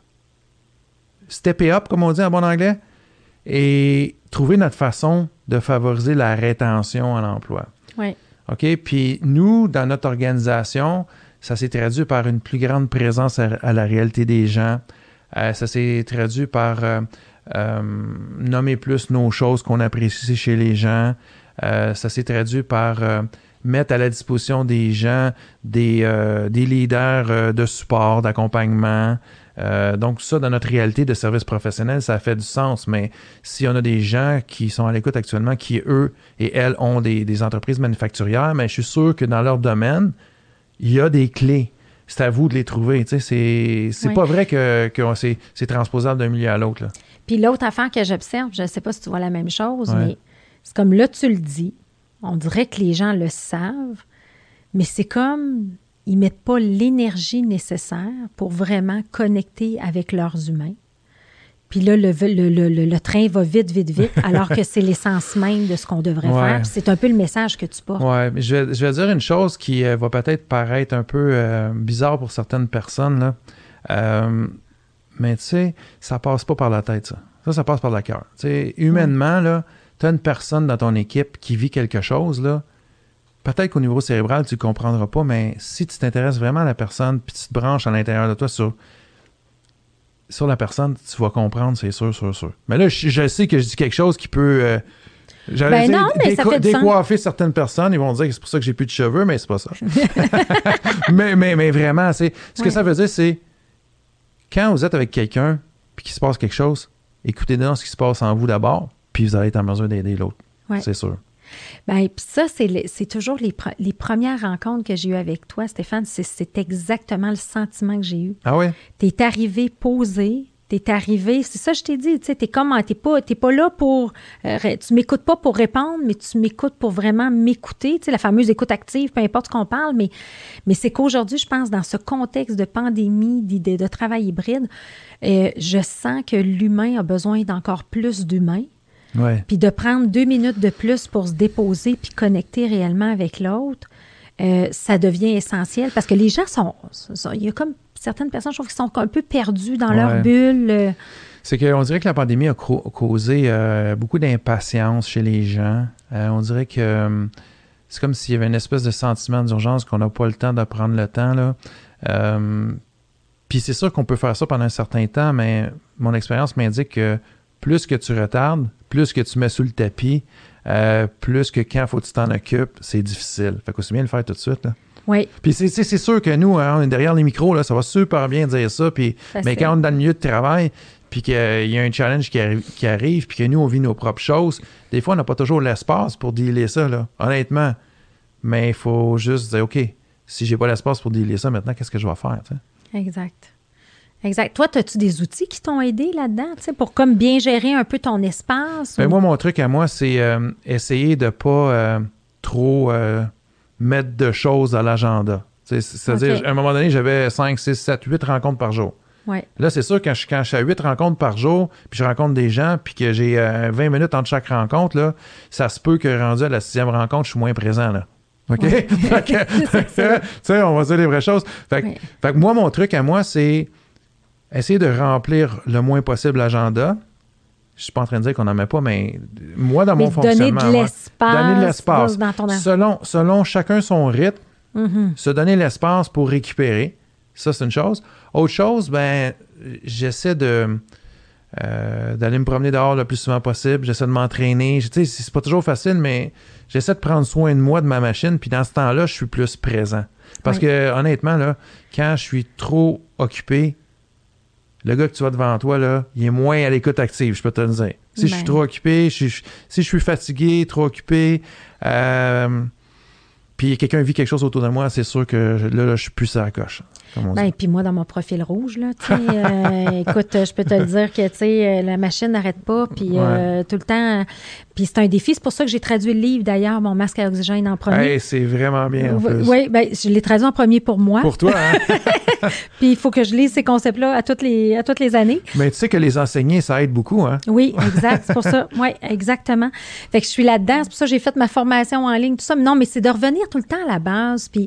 stepper up, comme on dit en bon anglais, et trouver notre façon de favoriser la rétention à l'emploi. Oui. OK? Puis nous, dans notre organisation, ça s'est traduit par une plus grande présence à, à la réalité des gens. Euh, ça s'est traduit par euh, euh, nommer plus nos choses qu'on apprécie chez les gens. Euh, ça s'est traduit par euh, mettre à la disposition des gens des, euh, des leaders euh, de support, d'accompagnement. Euh, donc, ça, dans notre réalité de service professionnel, ça fait du sens. Mais si on a des gens qui sont à l'écoute actuellement, qui, eux et elles, ont des, des entreprises manufacturières, mais je suis sûr que dans leur domaine, il y a des clés. C'est à vous de les trouver. Tu sais, c'est c'est oui. pas vrai que, que c'est, c'est transposable d'un milieu à l'autre. Là. Puis l'autre affaire que j'observe, je ne sais pas si tu vois la même chose, ouais. mais c'est comme là, tu le dis. On dirait que les gens le savent, mais c'est comme... ils ne mettent pas l'énergie nécessaire pour vraiment connecter avec leurs humains. Puis là, le, le, le, le, le train va vite, vite, vite, alors que c'est l'essence même de ce qu'on devrait ouais. faire. Puis c'est un peu le message que tu portes. Oui, mais je vais, je vais dire une chose qui euh, va peut-être paraître un peu euh, bizarre pour certaines personnes, là. Euh, mais tu sais, ça passe pas par la tête, ça. Ça, ça passe par le cœur. Tu sais, humainement, ouais. là, tu as une personne dans ton équipe qui vit quelque chose, là. Peut-être qu'au niveau cérébral, tu ne comprendras pas, mais si tu t'intéresses vraiment à la personne, puis tu te branches à l'intérieur de toi sur, sur la personne, tu vas comprendre, c'est sûr, sûr, sûr. Mais là, je, je sais que je dis quelque chose qui peut... Euh, j'allais ben dire, non, mais déco- ça fait décoiffer certaines personnes, ils vont dire que c'est pour ça que j'ai plus de cheveux, mais c'est pas ça. mais, mais, mais vraiment, c'est, ce ouais. que ça veut dire, c'est quand vous êtes avec quelqu'un, puis qu'il se passe quelque chose, écoutez dans ce qui se passe en vous d'abord, puis vous allez être en mesure d'aider l'autre. Ouais. C'est sûr. Bien, puis ça, c'est, le, c'est toujours les, pre- les premières rencontres que j'ai eues avec toi, Stéphane. C'est, c'est exactement le sentiment que j'ai eu. Ah oui? T'es arrivé posé, t'es arrivé... C'est ça que je t'ai dit, tu sais, t'es comme... T'es pas, t'es pas là pour... Euh, tu m'écoutes pas pour répondre, mais tu m'écoutes pour vraiment m'écouter. Tu sais, la fameuse écoute active, peu importe ce qu'on parle, mais, mais c'est qu'aujourd'hui, je pense, dans ce contexte de pandémie, d'idée de travail hybride, euh, je sens que l'humain a besoin d'encore plus d'humains. Ouais. Puis de prendre deux minutes de plus pour se déposer puis connecter réellement avec l'autre, euh, ça devient essentiel parce que les gens sont... sont il y a comme, certaines personnes, je trouve qu'ils sont un peu perdus dans Ouais. leur bulle. Euh, C'est qu'on dirait que la pandémie a cro- causé euh, beaucoup d'impatience chez les gens. Euh, on dirait que euh, c'est comme s'il y avait une espèce de sentiment d'urgence qu'on n'a pas le temps de prendre le temps, là. Euh, Puis c'est sûr qu'on peut faire ça pendant un certain temps, mais mon expérience m'indique que plus que tu retardes, plus que tu mets sous le tapis, euh, plus que quand il faut que tu t'en occupes, c'est difficile. Fait qu'aussi bien le faire tout de suite, là. oui. Puis c'est, c'est, c'est sûr que nous, hein, on est derrière les micros, là, ça va super bien dire ça, puis, mais quand on est dans le milieu de travail, puis qu'il y a un challenge qui arrive, qui arrive, puis que nous, on vit nos propres choses, des fois, on n'a pas toujours l'espace pour dealer ça, là, honnêtement. Mais il faut juste dire, OK, si j'ai pas l'espace pour dealer ça, maintenant, qu'est-ce que je vais faire, tu sais? Exact. Exact. Toi, as-tu des outils qui t'ont aidé là-dedans, tu sais, pour comme bien gérer un peu ton espace? Ben ou... moi, mon truc à moi, c'est euh, essayer de pas euh, trop euh, mettre de choses à l'agenda. Tu sais, c'est-à-dire, OK. à un moment donné, j'avais cinq, six, sept, huit rencontres par jour. Ouais. Là, c'est sûr, quand je, quand je suis à huit rencontres par jour, puis je rencontre des gens, puis que j'ai euh, vingt minutes entre chaque rencontre, là, ça se peut que rendu à la sixième rencontre, je suis moins présent, là. OK? Ouais. Fait que, tu sais, on va dire les vraies choses. Fait, que- Ouais. fait que moi, mon truc à moi, c'est essayer de remplir le moins possible l'agenda. Je suis pas en train de dire qu'on n'en met pas, mais moi, dans Mais mon donner fonctionnement... de moi, l'espace. donner de l'espace. Dans ton... Selon, selon chacun son rythme, Mhm. se donner l'espace pour récupérer, ça, c'est une chose. Autre chose, ben, j'essaie de euh, d'aller me promener dehors le plus souvent possible. J'essaie de m'entraîner. Je- Tu sais, c'est pas toujours facile, mais j'essaie de prendre soin de moi, de ma machine, puis dans ce temps-là, je suis plus présent. Parce Oui. que, honnêtement, là, quand je suis trop occupé, le gars que tu vois devant toi, là, il est moins à l'écoute active, je peux te le dire. Si je suis Ben. trop occupé, je suis- si je suis fatigué, trop occupé, euh, puis quelqu'un vit quelque chose autour de moi, c'est sûr que je- là, là, je suis plus à la coche, comme on Ben, dit. puis moi, dans mon profil rouge, là, tu sais, euh, écoute, je peux te le dire que, tu sais, la machine n'arrête pas, puis euh, tout le temps, puis c'est un défi. C'est pour ça que j'ai traduit le livre, d'ailleurs, Mon masque à oxygène en premier. Hey, c'est vraiment bien, en plus. Oui, ben, je l'ai traduit en premier pour moi, Pour toi, hein? puis il faut que je lise ces concepts-là à toutes les, à toutes les années. Mais tu sais que les enseigner, ça aide beaucoup, hein? Oui, exact, c'est pour ça. Oui, exactement. Fait que je suis là-dedans, c'est pour ça que j'ai fait ma formation en ligne, tout ça. Mais non, mais c'est de revenir tout le temps à la base, puis...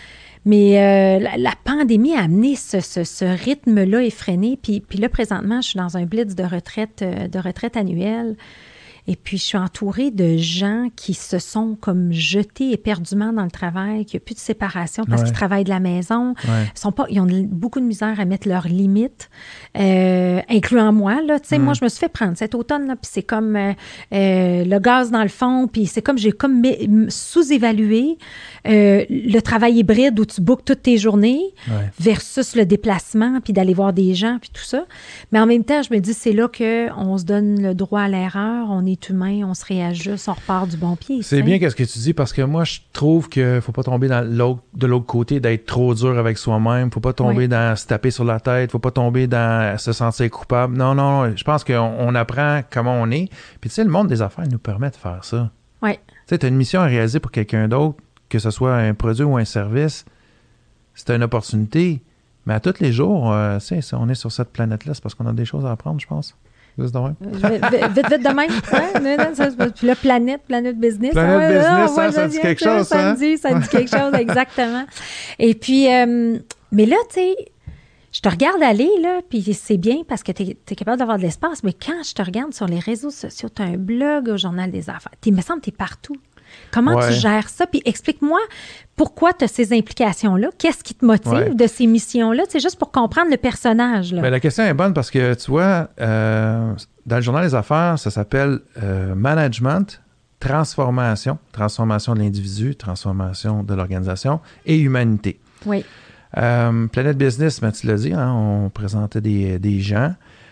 Mais euh, la, la pandémie a amené ce, ce, ce rythme-là effréné. Puis, puis là, présentement, je suis dans un blitz de retraite, euh, de retraite annuelle. Et puis, je suis entourée de gens qui se sont comme jetés éperdument dans le travail, qu'il n'y a plus de séparation parce Ouais. qu'ils travaillent de la maison. Ouais. Ils, sont pas, ils ont de- beaucoup de misère à mettre leurs limites, euh, incluant moi. Là, tu sais, Mm. moi, je me suis fait prendre cet automne, là, puis c'est comme euh, euh, le gaz dans le fond, puis c'est comme j'ai comme mé- m- sous-évalué euh, le travail hybride où tu bookes toutes tes journées Ouais. versus le déplacement, puis d'aller voir des gens, puis tout ça. Mais en même temps, je me dis, c'est là qu'on se donne le droit à l'erreur, on est humain, on se réajuste, on repart du bon pied. C'est tu sais. bien qu'est-ce que tu dis, parce que moi, je trouve qu'il faut pas tomber dans l'autre, de l'autre côté, d'être trop dur avec soi-même. Faut pas tomber Oui. dans se taper sur la tête. Faut pas tomber dans se sentir coupable. Non, non, je pense qu'on on apprend comment on est. Puis tu sais, le monde des affaires nous permet de faire ça. Oui. Tu sais, tu as une mission à réaliser pour quelqu'un d'autre, que ce soit un produit ou un service. C'est une opportunité. Mais à tous les jours, euh, tu sais, si on est sur cette planète-là, c'est parce qu'on a des choses à apprendre, je pense. Juste de même. Je vais- vite, vite, vite de même. Ouais, non, non, ça, c'est- puis là, planète, planète business. Planète ouais, business, là, hein, ouais, ça dit vient, quelque ça, chose, Ça hein? me dit, ça me dit quelque chose, exactement. Et puis, euh, mais là, tu sais, je te regarde aller, là, puis c'est bien parce que tu es capable d'avoir de l'espace, mais quand je te regarde sur les réseaux sociaux, tu as un blog au Journal des affaires, il me semble que tu es partout. Comment Ouais. tu gères ça? Puis explique-moi pourquoi tu as ces implications-là. Qu'est-ce qui te motive Ouais. de ces missions-là? C'est juste pour comprendre le personnage. Là. Ben, la question est bonne parce que, tu vois, euh, dans le Journal des affaires, ça s'appelle euh, Management, Transformation, transformation de l'individu, transformation de l'organisation et humanité. Oui. Euh, Planète Business, ben, tu l'as dit, hein, on présentait des, des gens.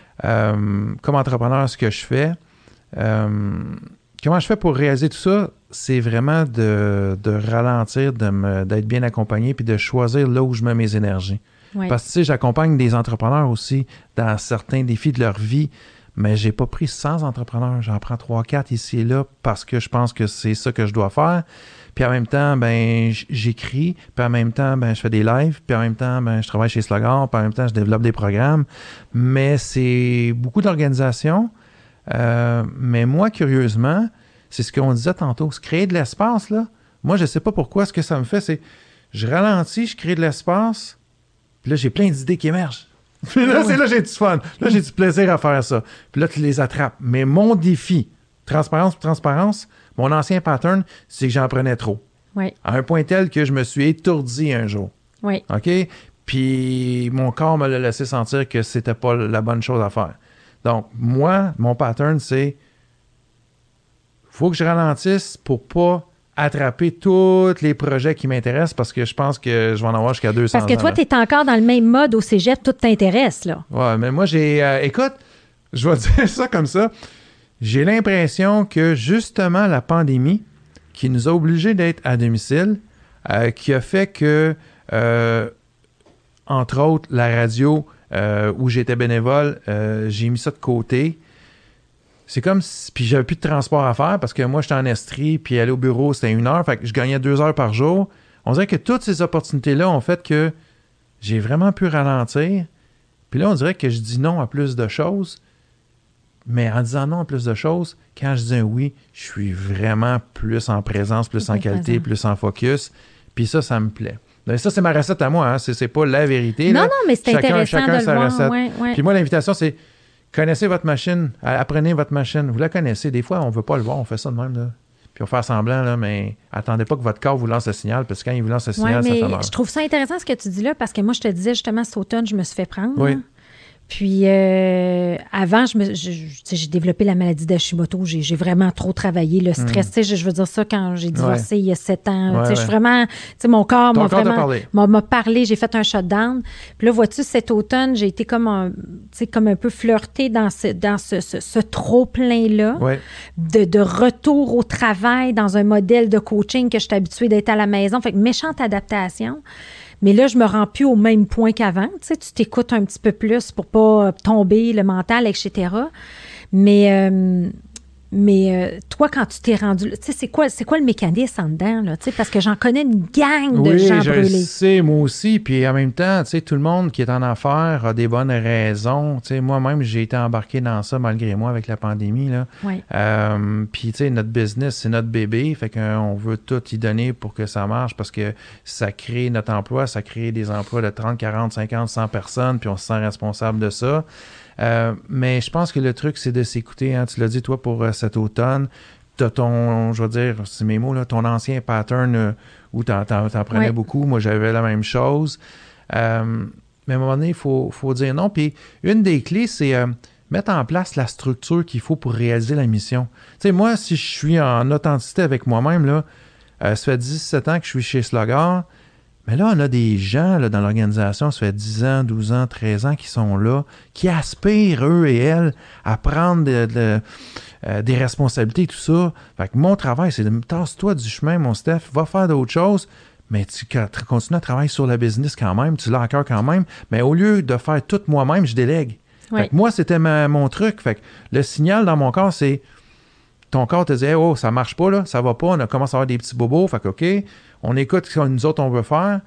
Euh, comme entrepreneur, ce que je fais, euh, comment je fais pour réaliser tout ça? C'est vraiment de, de ralentir, de me, d'être bien accompagné puis de choisir là où je mets mes énergies. Oui. Parce que, tu sais, j'accompagne des entrepreneurs aussi dans certains défis de leur vie, mais j'ai pas pris cent entrepreneurs. J'en prends trois quatre ici et là parce que je pense que c'est ça que je dois faire. Puis en même temps, ben j- j'écris, puis en même temps, ben je fais des lives, puis en même temps, ben je travaille chez Slogan, puis en même temps, je développe des programmes. Mais c'est beaucoup d'organisation. Euh, mais moi, curieusement, c'est ce qu'on disait tantôt, se créer de l'espace, là. Moi, je sais pas pourquoi, ce que ça me fait, c'est je ralentis, je crée de l'espace, Puis là, j'ai plein d'idées qui émergent. Puis là, ah, c'est oui. là j'ai du fun. Là, j'ai du plaisir à faire ça. Puis là, tu les attrapes. Mais mon défi, transparence pour transparence, mon ancien pattern, c'est que j'en prenais trop. Oui. À un point tel que je me suis étourdi un jour. Oui. OK? Puis mon corps me l'a laissé sentir que c'était pas la bonne chose à faire. Donc, moi, mon pattern, c'est faut que je ralentisse pour pas attraper tous les projets qui m'intéressent parce que je pense que je vais en avoir jusqu'à deux cents ans. Parce que toi, tu es encore dans le même mode au cégep, tout t'intéresse, là. Ouais, mais moi, j'ai... Euh, écoute, je vais dire ça comme ça. J'ai l'impression que, justement, la pandémie qui nous a obligés d'être à domicile, euh, qui a fait que, euh, entre autres, la radio euh, où j'étais bénévole, euh, j'ai mis ça de côté. C'est comme si... Puis j'avais plus de transport à faire parce que moi, j'étais en Estrie, puis aller au bureau, c'était une heure. Fait que je gagnais deux heures par jour. On dirait que toutes ces opportunités-là ont fait que j'ai vraiment pu ralentir. Puis là, on dirait que je dis non à plus de choses. Mais en disant non à plus de choses, quand je dis un oui, je suis vraiment plus en présence, plus en qualité, plus en focus. Puis ça, ça me plaît. Mais ça, c'est ma recette à moi. Hein. C'est, c'est pas la vérité. Non, là. non, mais c'est chacun, intéressant chacun de le sa voir. recette. Ouais, ouais. Puis moi, l'invitation, c'est connaissez votre machine, apprenez votre machine. Vous la connaissez. Des fois, on ne veut pas le voir. On fait ça de même. Là. Puis on fait semblant, là, mais attendez pas que votre corps vous lance le signal, parce que quand il vous lance le signal, ouais, mais ça fait mal. Je trouve ça intéressant ce que tu dis là, parce que moi, je te disais justement, cet automne, je me suis fait prendre. Oui. Hein. Puis euh, avant, je me, je, je, j'ai développé la maladie d'Hashimoto. J'ai, j'ai vraiment trop travaillé. Le stress, mm. tu sais, je, je veux dire ça quand j'ai divorcé ouais. il y a sept ans. Ouais, tu sais, ouais. je suis vraiment... Tu sais, mon corps Ton m'a corps vraiment... parlé. M'a, m'a parlé. J'ai fait un shutdown. Puis là, vois-tu, cet automne, j'ai été comme un, tu sais, comme un peu flirtée dans ce, dans ce, ce, ce trop-plein-là. Ouais. De, de retour au travail dans un modèle de coaching que je suis habituée d'être à la maison. Fait que méchante adaptation. Mais là, je me rends plus au même point qu'avant. Tu sais, tu t'écoutes un petit peu plus pour pas tomber le mental, et cetera. Mais, euh, mais euh, toi, quand tu t'es rendu... Tu sais, c'est quoi, c'est quoi le mécanisme en dedans, là? Tu sais, parce que j'en connais une gang de oui, gens je brûlés. Oui, je sais, moi aussi. Puis en même temps, tu sais, tout le monde qui est en affaires a des bonnes raisons. Tu sais, moi-même, j'ai été embarqué dans ça malgré moi avec la pandémie, là. Oui. Euh, puis, tu sais, notre business, c'est notre bébé. Fait qu'on veut tout y donner pour que ça marche parce que ça crée notre emploi, ça crée des emplois de trente, quarante, cinquante, cent personnes, puis on se sent responsable de ça. Euh, mais je pense que le truc, c'est de s'écouter. Hein. Tu l'as dit, toi, pour euh, cet automne. Tu as ton, je veux dire, c'est mes mots, là, ton ancien pattern euh, où tu en prenais oui. beaucoup. Moi, j'avais la même chose. Euh, mais à un moment donné, il faut, faut dire non. Puis une des clés, c'est euh, mettre en place la structure qu'il faut pour réaliser la mission. Tu sais, moi, si je suis en authenticité avec moi-même, là, euh, ça fait dix-sept ans que je suis chez Slogar. Mais là, on a des gens là, dans l'organisation, ça fait dix ans, douze ans, treize ans qui sont là, qui aspirent, eux et elles, à prendre de, de, euh, des responsabilités et tout ça. Fait que mon travail, c'est de tasse-toi du chemin, mon Steph, va faire d'autres choses, mais tu, tu continues à travailler sur le business quand même, tu l'as à cœur quand même, mais au lieu de faire tout moi-même, je délègue. Oui. Fait que moi, c'était ma, mon truc. Fait que le signal dans mon corps, c'est ton corps te dit hey, « Oh, ça marche pas, là, ça va pas, on a commencé à avoir des petits bobos, fait que OK, on écoute ce que nous autres, on veut faire,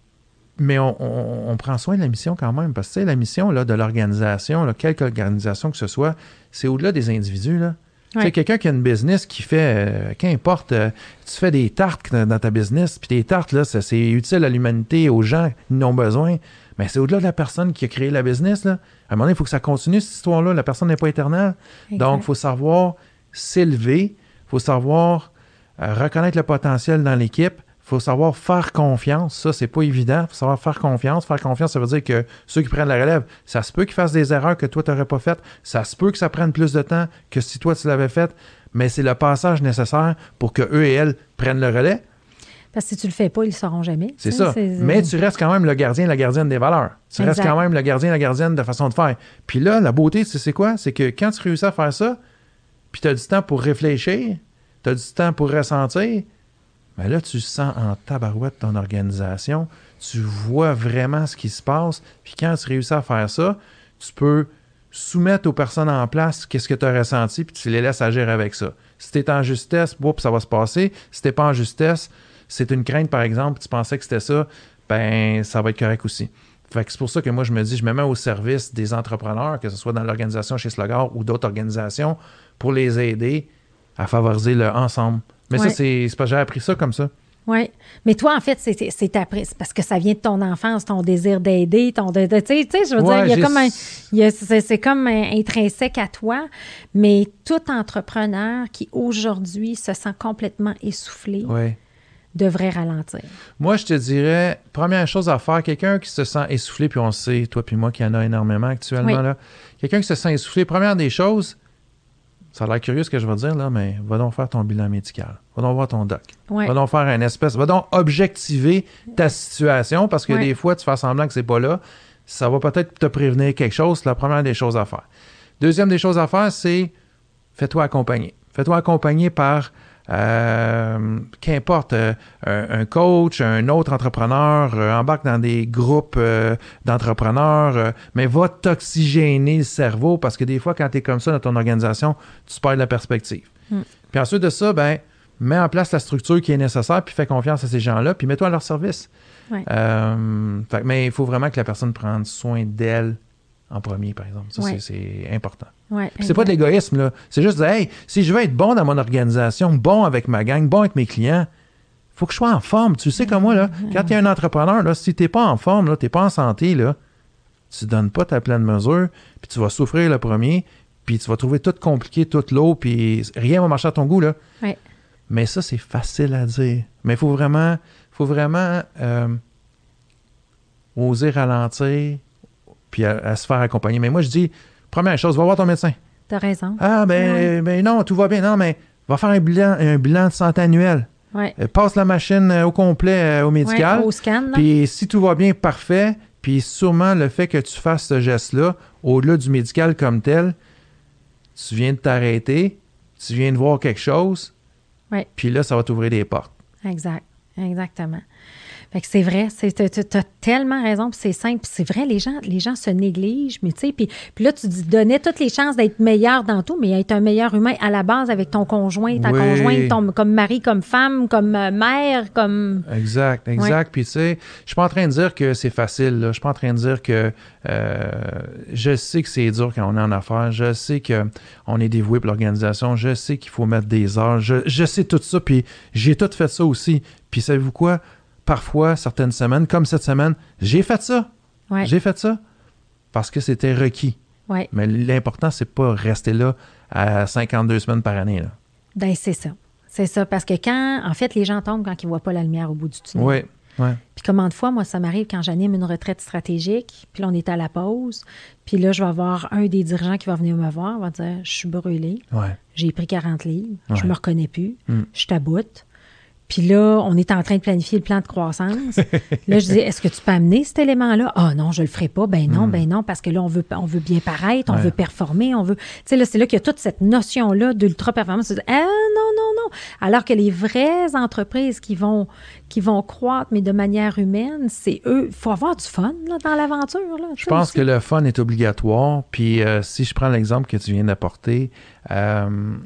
mais on, on, on prend soin de la mission quand même, parce que tu sais, la mission là, de l'organisation, là, quelque organisation que ce soit, c'est au-delà des individus, là. Ouais. Tu sais, quelqu'un qui a une business qui fait, euh, qu'importe, euh, tu fais des tartes dans ta business, puis tes tartes, là, ça, c'est utile à l'humanité, aux gens qui en ont besoin, mais c'est au-delà de la personne qui a créé la business, là. À un moment donné, il faut que ça continue, cette histoire-là, la personne n'est pas éternelle. Exact. Donc, il faut savoir s'élever, il faut savoir euh, reconnaître le potentiel dans l'équipe, il faut savoir faire confiance. Ça, c'est pas évident. Il faut savoir faire confiance. Faire confiance, ça veut dire que ceux qui prennent la relève, ça se peut qu'ils fassent des erreurs que toi, tu n'aurais pas faites. Ça se peut que ça prenne plus de temps que si toi, tu l'avais fait. Mais c'est le passage nécessaire pour qu'eux et elles prennent le relais. Parce que si tu le fais pas, ils ne le sauront jamais. C'est ça. C'est... Mais tu restes quand même le gardien, la gardienne des valeurs. Tu exact. Restes quand même le gardien, la gardienne de façon de faire. Puis là, la beauté, c'est, c'est quoi? C'est que quand tu réussis à faire ça, puis tu as du temps pour réfléchir, tu as du temps pour ressentir, mais là, tu sens en tabarouette ton organisation, tu vois vraiment ce qui se passe, puis quand tu réussis à faire ça, tu peux soumettre aux personnes en place qu'est-ce que tu as ressenti, puis tu les laisses agir avec ça. Si tu es en justesse, boum, ça va se passer. Si tu n'es pas en justesse, c'est une crainte, par exemple, tu pensais que c'était ça, ben ça va être correct aussi. Fait que c'est pour ça que moi, je me dis, je me mets au service des entrepreneurs, que ce soit dans l'organisation chez Slogar ou d'autres organisations, pour les aider à favoriser le ensemble. Mais ouais. ça, c'est, c'est pas, j'ai appris ça comme ça. Oui. Mais toi, en fait, c'est, c'est, c'est, après, c'est parce que ça vient de ton enfance, ton désir d'aider, ton... De, de, tu sais, je veux ouais, dire, il y a j'ai... comme un... Il y a, c'est, c'est comme un intrinsèque à toi, mais tout entrepreneur qui, aujourd'hui, se sent complètement essoufflé ouais. devrait ralentir. Moi, je te dirais, première chose à faire, quelqu'un qui se sent essoufflé, puis on sait, toi puis moi, qu'il y en a énormément actuellement, oui. là. Quelqu'un qui se sent essoufflé, première des choses, ça a l'air curieux ce que je vais dire, là, mais va donc faire ton bilan médical. Va donc voir ton doc. Ouais. Va donc faire un espèce... Va donc objectiver ta situation, parce que ouais. des fois, tu fais semblant que c'est pas là. Ça va peut-être te prévenir quelque chose. C'est la première des choses à faire. Deuxième des choses à faire, c'est fais-toi accompagner. Fais-toi accompagner par... Euh, qu'importe, euh, un, un coach, un autre entrepreneur, euh, embarque dans des groupes euh, d'entrepreneurs, euh, mais va t'oxygéner le cerveau parce que des fois, quand tu es comme ça dans ton organisation, tu perds la perspective. Mm. Puis ensuite de ça, ben, mets en place la structure qui est nécessaire, puis fais confiance à ces gens-là, puis mets-toi à leur service. Ouais. Euh, fait, mais il faut vraiment que la personne prenne soin d'elle en premier, par exemple. Ça, ouais. c'est, c'est important. Ouais, c'est pas de l'égoïsme, là. C'est juste de dire, hey, si je veux être bon dans mon organisation, bon avec ma gang, bon avec mes clients, il faut que je sois en forme. Tu sais, comme moi, là, quand tu es un entrepreneur, là, si tu n'es pas en forme, tu n'es pas en santé, là, tu ne donnes pas ta pleine mesure, puis tu vas souffrir le premier, puis tu vas trouver tout compliqué, toute l'eau, puis rien va marcher à ton goût, là. Ouais. Mais ça, c'est facile à dire. Mais il faut vraiment, faut vraiment euh, oser ralentir, puis à, à se faire accompagner. Mais moi, je dis, première chose, va voir ton médecin. T'as raison. Ah, ben, ouais. ben non, tout va bien. Non, mais va faire un bilan, un bilan de santé annuel. Ouais. Euh, passe la machine euh, au complet euh, au médical. Ouais, au scan. Puis si tout va bien, parfait. Puis sûrement, le fait que tu fasses ce geste-là, au-delà du médical comme tel, tu viens de t'arrêter, tu viens de voir quelque chose, ouais. Puis là, ça va t'ouvrir des portes. Exact. Exactement. Fait que c'est vrai, c'est, tu as tellement raison, puis c'est simple, puis c'est vrai, les gens, les gens se négligent, mais tu sais, puis, puis là, tu dis, donnais toutes les chances d'être meilleur dans tout, mais être un meilleur humain à la base avec ton conjoint, ta oui. conjointe, ton, comme mari, comme femme, comme euh, mère, comme... Exact, exact. Ouais. Puis tu sais, je suis pas en train de dire que c'est facile, là. Je suis pas en train de dire que... Euh, je sais que c'est dur quand on est en affaires, je sais qu'on est dévoué pour l'organisation, je sais qu'il faut mettre des heures, je, je sais tout ça, puis j'ai tout fait ça aussi. Puis savez-vous quoi? Parfois, certaines semaines, comme cette semaine, j'ai fait ça. Ouais. J'ai fait ça parce que c'était requis. Ouais. Mais l'important, c'est pas rester là à cinquante-deux semaines par année. Là. Ben, c'est ça. C'est ça. Parce que quand, en fait, les gens tombent quand ils ne voient pas la lumière au bout du tunnel. Oui, oui. Puis comment de fois, moi, ça m'arrive quand j'anime une retraite stratégique, puis là, on est à la pause, puis là, je vais avoir un des dirigeants qui va venir me voir, va dire, je suis brûlé, ouais. j'ai pris quarante livres, ouais. je me reconnais plus, mm. je taboute. Puis là, on est en train de planifier le plan de croissance. Là, je dis, est-ce que tu peux amener cet élément-là? Ah non, je le ferai pas. Ben non, mm. ben non, parce que là, on veut, on veut bien paraître, on ouais. veut performer, on veut... Tu sais, là, c'est là qu'il y a toute cette notion-là d'ultra-performance. Ah non, non, non. Alors que les vraies entreprises qui vont, qui vont croître, mais de manière humaine, c'est eux... Il faut avoir du fun là, dans l'aventure. Là, je pense aussi. Que le fun est obligatoire. Puis euh, si je prends l'exemple que tu viens d'apporter, euh,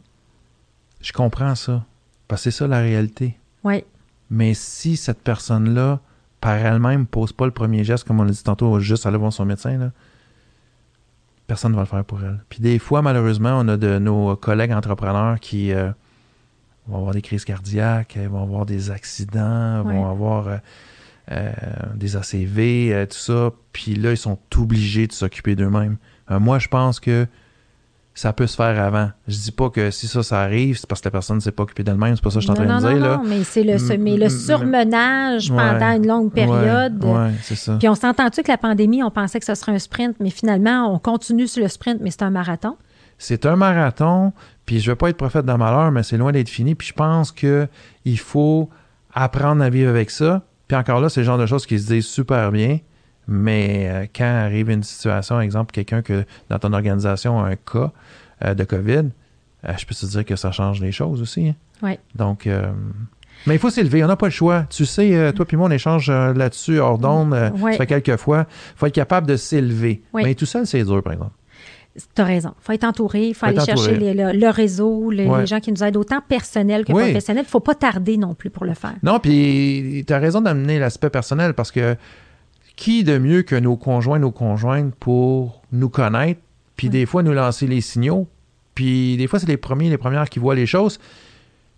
je comprends ça. Parce que c'est ça la réalité. Oui. Mais si cette personne-là, par elle-même, ne pose pas le premier geste, comme on l'a dit tantôt, juste aller voir son médecin, là, personne ne va le faire pour elle. Puis des fois, malheureusement, on a de nos collègues entrepreneurs qui euh, vont avoir des crises cardiaques, vont avoir des accidents, oui. vont avoir euh, euh, des A C V, euh, tout ça. Puis là, ils sont obligés de s'occuper d'eux-mêmes. Euh, moi, je pense que ça peut se faire avant. Je dis pas que si ça, ça arrive, c'est parce que la personne ne s'est pas occupée d'elle-même. C'est pas ça que je suis en train non, de dire. Non, là. non, mais c'est le, mais le surmenage ouais, pendant une longue période. Oui, ouais, c'est ça. Puis on s'entend-tu que la pandémie, on pensait que ce serait un sprint, mais finalement, on continue sur le sprint, mais c'est un marathon? C'est un marathon, puis je ne veux pas être prophète de malheur, mais c'est loin d'être fini. Puis je pense qu'il faut apprendre à vivre avec ça. Puis encore là, c'est le genre de choses qui se disent super bien. Mais euh, quand arrive une situation, exemple, quelqu'un que dans ton organisation a un cas euh, de COVID, euh, je peux te dire que ça change les choses aussi. Hein? Oui. Donc, euh, mais il faut s'élever, on n'a pas le choix. Tu sais, euh, toi puis moi, on échange euh, là-dessus hors d'onde, euh, oui. ça fait quelques fois. Il faut être capable de s'élever. Oui. Mais tout seul, c'est dur, par exemple. Tu as raison. Il faut être entouré, il faut, faut aller chercher les, le, le réseau, les, ouais. les gens qui nous aident, autant personnels que oui. professionnels. Il ne faut pas tarder non plus pour le faire. Non, puis tu as raison d'amener l'aspect personnel parce que qui de mieux que nos conjoints, nos conjointes pour nous connaître, puis oui. des fois nous lancer les signaux, puis des fois c'est les premiers, les premières qui voient les choses.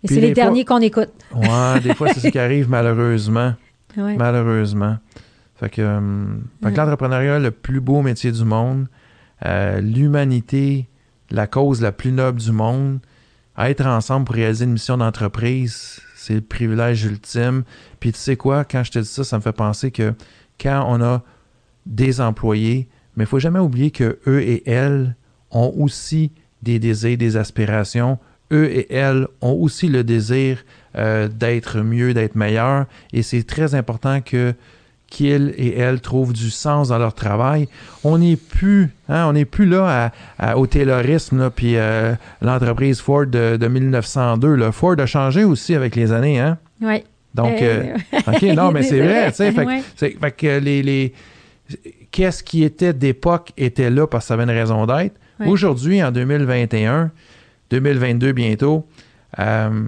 Et c'est les fois, derniers qu'on écoute. Ouais, des fois, c'est ce qui arrive malheureusement. Ouais. Malheureusement. Fait que, euh, fait que ouais. l'entrepreneuriat, le plus beau métier du monde, euh, l'humanité, la cause la plus noble du monde, être ensemble pour réaliser une mission d'entreprise, c'est le privilège ultime. Puis tu sais quoi, quand je te dis ça, ça me fait penser que quand on a des employés, mais il ne faut jamais oublier que eux et elles ont aussi des désirs, des aspirations. Eux et elles ont aussi le désir euh, d'être mieux, d'être meilleurs. Et c'est très important que qu'ils et elles trouvent du sens dans leur travail. On n'est plus, hein, on n'est plus là à, à, au taylorisme, là, puis euh, l'entreprise Ford de, de mille neuf cent deux. Là. Ford a changé aussi avec les années, hein? Oui. Donc, euh, euh, OK, non, mais c'est vrai, tu sais. Fait, ouais. fait que les, les, qu'est-ce qui était d'époque était là parce que ça avait une raison d'être. Ouais. Aujourd'hui, en deux mille vingt et un, deux mille vingt-deux bientôt, euh,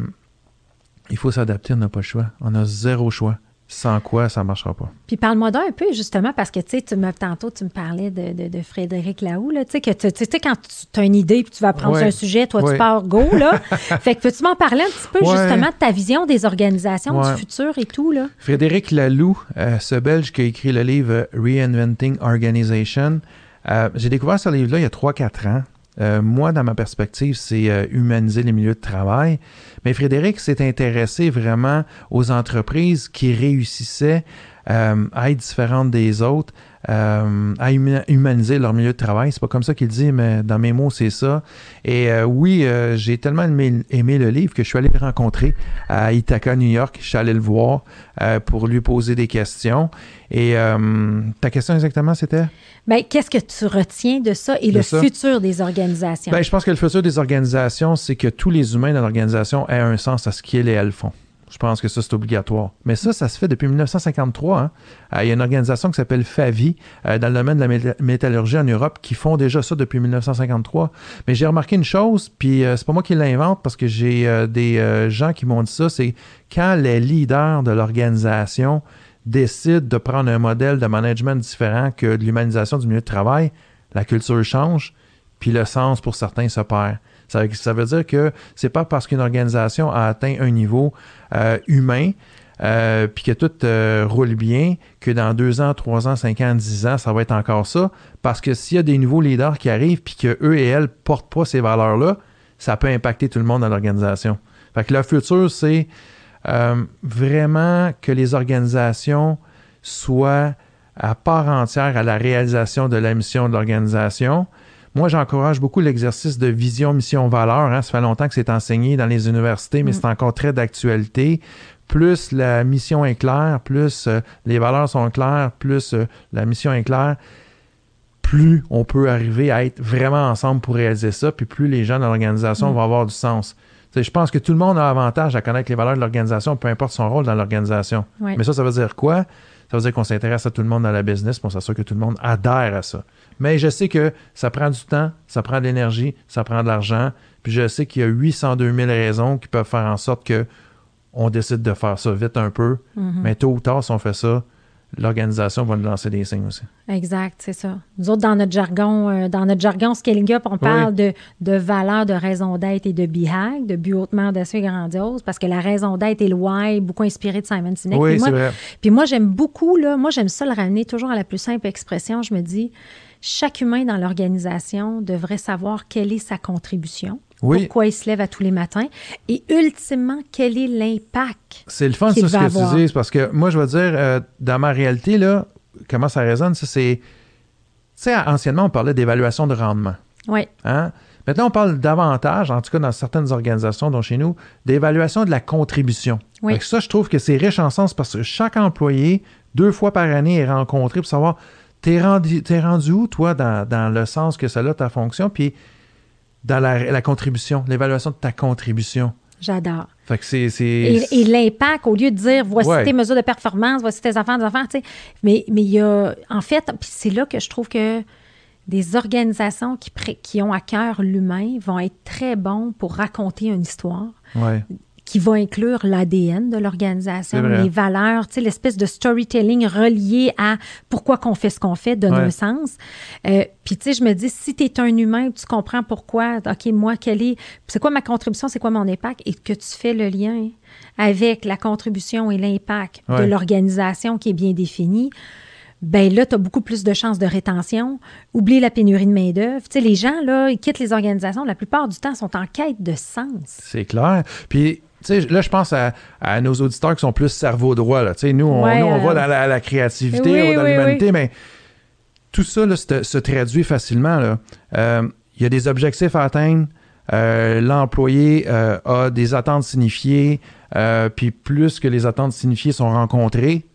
il faut s'adapter, on n'a pas le choix. On a zéro choix. Sans quoi, ça ne marchera pas. Puis parle-moi d'un peu, justement, parce que, tu sais, tu me, tantôt, tu me parlais de, de, de Frédéric Laloux, là, tu sais, que tu sais, quand tu as une idée puis tu vas prendre ouais. un sujet, toi, ouais. tu pars go, là. Fait que peux-tu m'en parler un petit peu, ouais. justement, de ta vision des organisations ouais. du futur et tout, là? Frédéric Laloux, euh, ce Belge qui a écrit le livre Reinventing Organization, euh, j'ai découvert ce livre-là il y a trois quatre ans. Euh, moi, dans ma perspective, c'est euh, humaniser les milieux de travail. Mais Frédéric s'est intéressé vraiment aux entreprises qui réussissaient euh, à être différentes des autres, euh, à hum- humaniser leur milieu de travail. C'est pas comme ça qu'il dit, mais dans mes mots, c'est ça. Et euh, oui, euh, j'ai tellement aimé, aimé le livre que je suis allé le rencontrer à Ithaca, New York. Je suis allé le voir euh, pour lui poser des questions. Et euh, ta question exactement, c'était? Bien, qu'est-ce que tu retiens de ça et de le ça? futur des organisations? Bien, je pense que le futur des organisations, c'est que tous les humains dans l'organisation aient un sens à ce qu'ils et elles font. Je pense que ça, c'est obligatoire. Mais ça, ça se fait depuis dix-neuf cent cinquante-trois. Hein. Euh, il y a une organisation qui s'appelle Favi, euh, dans le domaine de la méta- métallurgie en Europe, qui font déjà ça depuis dix-neuf cent cinquante-trois. Mais j'ai remarqué une chose, puis euh, c'est pas moi qui l'invente, parce que j'ai euh, des euh, gens qui m'ont dit ça, c'est quand les leaders de l'organisation décident de prendre un modèle de management différent que de l'humanisation du milieu de travail, la culture change, puis le sens pour certains se perd. Ça, ça veut dire que c'est pas parce qu'une organisation a atteint un niveau euh, humain euh, puis que tout euh, roule bien que dans deux ans, trois ans, cinq ans, dix ans, ça va être encore ça. Parce que s'il y a des nouveaux leaders qui arrivent puis qu'eux et elles portent pas ces valeurs-là, ça peut impacter tout le monde dans l'organisation. Fait que le futur, c'est euh, vraiment que les organisations soient à part entière à la réalisation de la mission de l'organisation. Moi, j'encourage beaucoup l'exercice de vision, mission, valeur. Hein. Ça fait longtemps que c'est enseigné dans les universités, mais mmh. c'est encore très d'actualité. Plus la mission est claire, plus euh, les valeurs sont claires, plus euh, la mission est claire, plus on peut arriver à être vraiment ensemble pour réaliser ça, puis plus les gens dans l'organisation mmh. vont avoir du sens. T'sais, je pense que tout le monde a avantage à connaître les valeurs de l'organisation, peu importe son rôle dans l'organisation. Oui. Mais ça, ça veut dire quoi? Ça veut dire qu'on s'intéresse à tout le monde dans la business, puis on s'assure que tout le monde adhère à ça. Mais je sais que ça prend du temps, ça prend de l'énergie, ça prend de l'argent. Puis je sais qu'il y a huit cent deux mille raisons qui peuvent faire en sorte qu'on décide de faire ça vite un peu. Mm-hmm. Mais tôt ou tard, si on fait ça, l'organisation va nous lancer des signes aussi. Exact, c'est ça. Nous autres, dans notre jargon, euh, dans notre jargon Scaling Up, on parle oui. de, de valeur, de raison d'être et de B H A G, de but hautement audacieux et grandiose, parce que la raison d'être et le why, beaucoup inspiré de Simon Sinek. Oui, puis moi, c'est vrai. Puis moi, j'aime beaucoup, là, moi, j'aime ça le ramener toujours à la plus simple expression. Je me dis, chaque humain dans l'organisation devrait savoir quelle est sa contribution. Oui. Pourquoi il se lève à tous les matins et ultimement, quel est l'impact. C'est le fun, ça, ce que avoir. Tu dis, parce que moi, je veux dire, euh, dans ma réalité, là, comment ça résonne, ça, c'est. Tu sais, anciennement, on parlait d'évaluation de rendement. Oui. Hein? Maintenant, on parle davantage, en tout cas dans certaines organisations, dont chez nous, d'évaluation de la contribution. Oui. Ça, je trouve que c'est riche en sens parce que chaque employé, deux fois par année, est rencontré pour savoir, t'es rendu, t'es rendu où, toi, dans, dans le sens que ça a ta fonction, puis dans la, la contribution, l'évaluation de ta contribution. J'adore. Fait que c'est... c'est... Et, et l'impact, au lieu de dire, voici ouais. tes mesures de performance, voici tes enfants, des enfants, tu sais. Mais mais il y a... En fait, puis c'est là que je trouve que des organisations qui, pré- qui ont à cœur l'humain vont être très bons pour raconter une histoire. Ouais. qui va inclure l'A D N de l'organisation, les valeurs, tu sais, l'espèce de storytelling relié à pourquoi qu'on fait ce qu'on fait, donne ouais. un sens. Euh, Puis, tu sais, je me dis, si tu es un humain, tu comprends pourquoi, OK, moi, quelle est, c'est quoi ma contribution, c'est quoi mon impact, et que tu fais le lien avec la contribution et l'impact ouais. de l'organisation qui est bien définie, ben là, tu as beaucoup plus de chances de rétention. Oublie la pénurie de main-d'œuvre. Tu sais, les gens, là, ils quittent les organisations, la plupart du temps, sont en quête de sens. C'est clair. Puis, tu sais, là, je pense à, à nos auditeurs qui sont plus cerveau droit, là. Tu sais, nous, on, ouais, nous, on euh... va dans la, la créativité, oui, on va dans oui, l'humanité, oui. mais tout ça, là, se, se traduit facilement, là. Euh, il y a des objectifs à atteindre. Euh, l'employé euh, a des attentes signifiées. Euh, puis plus que les attentes signifiées sont rencontrées,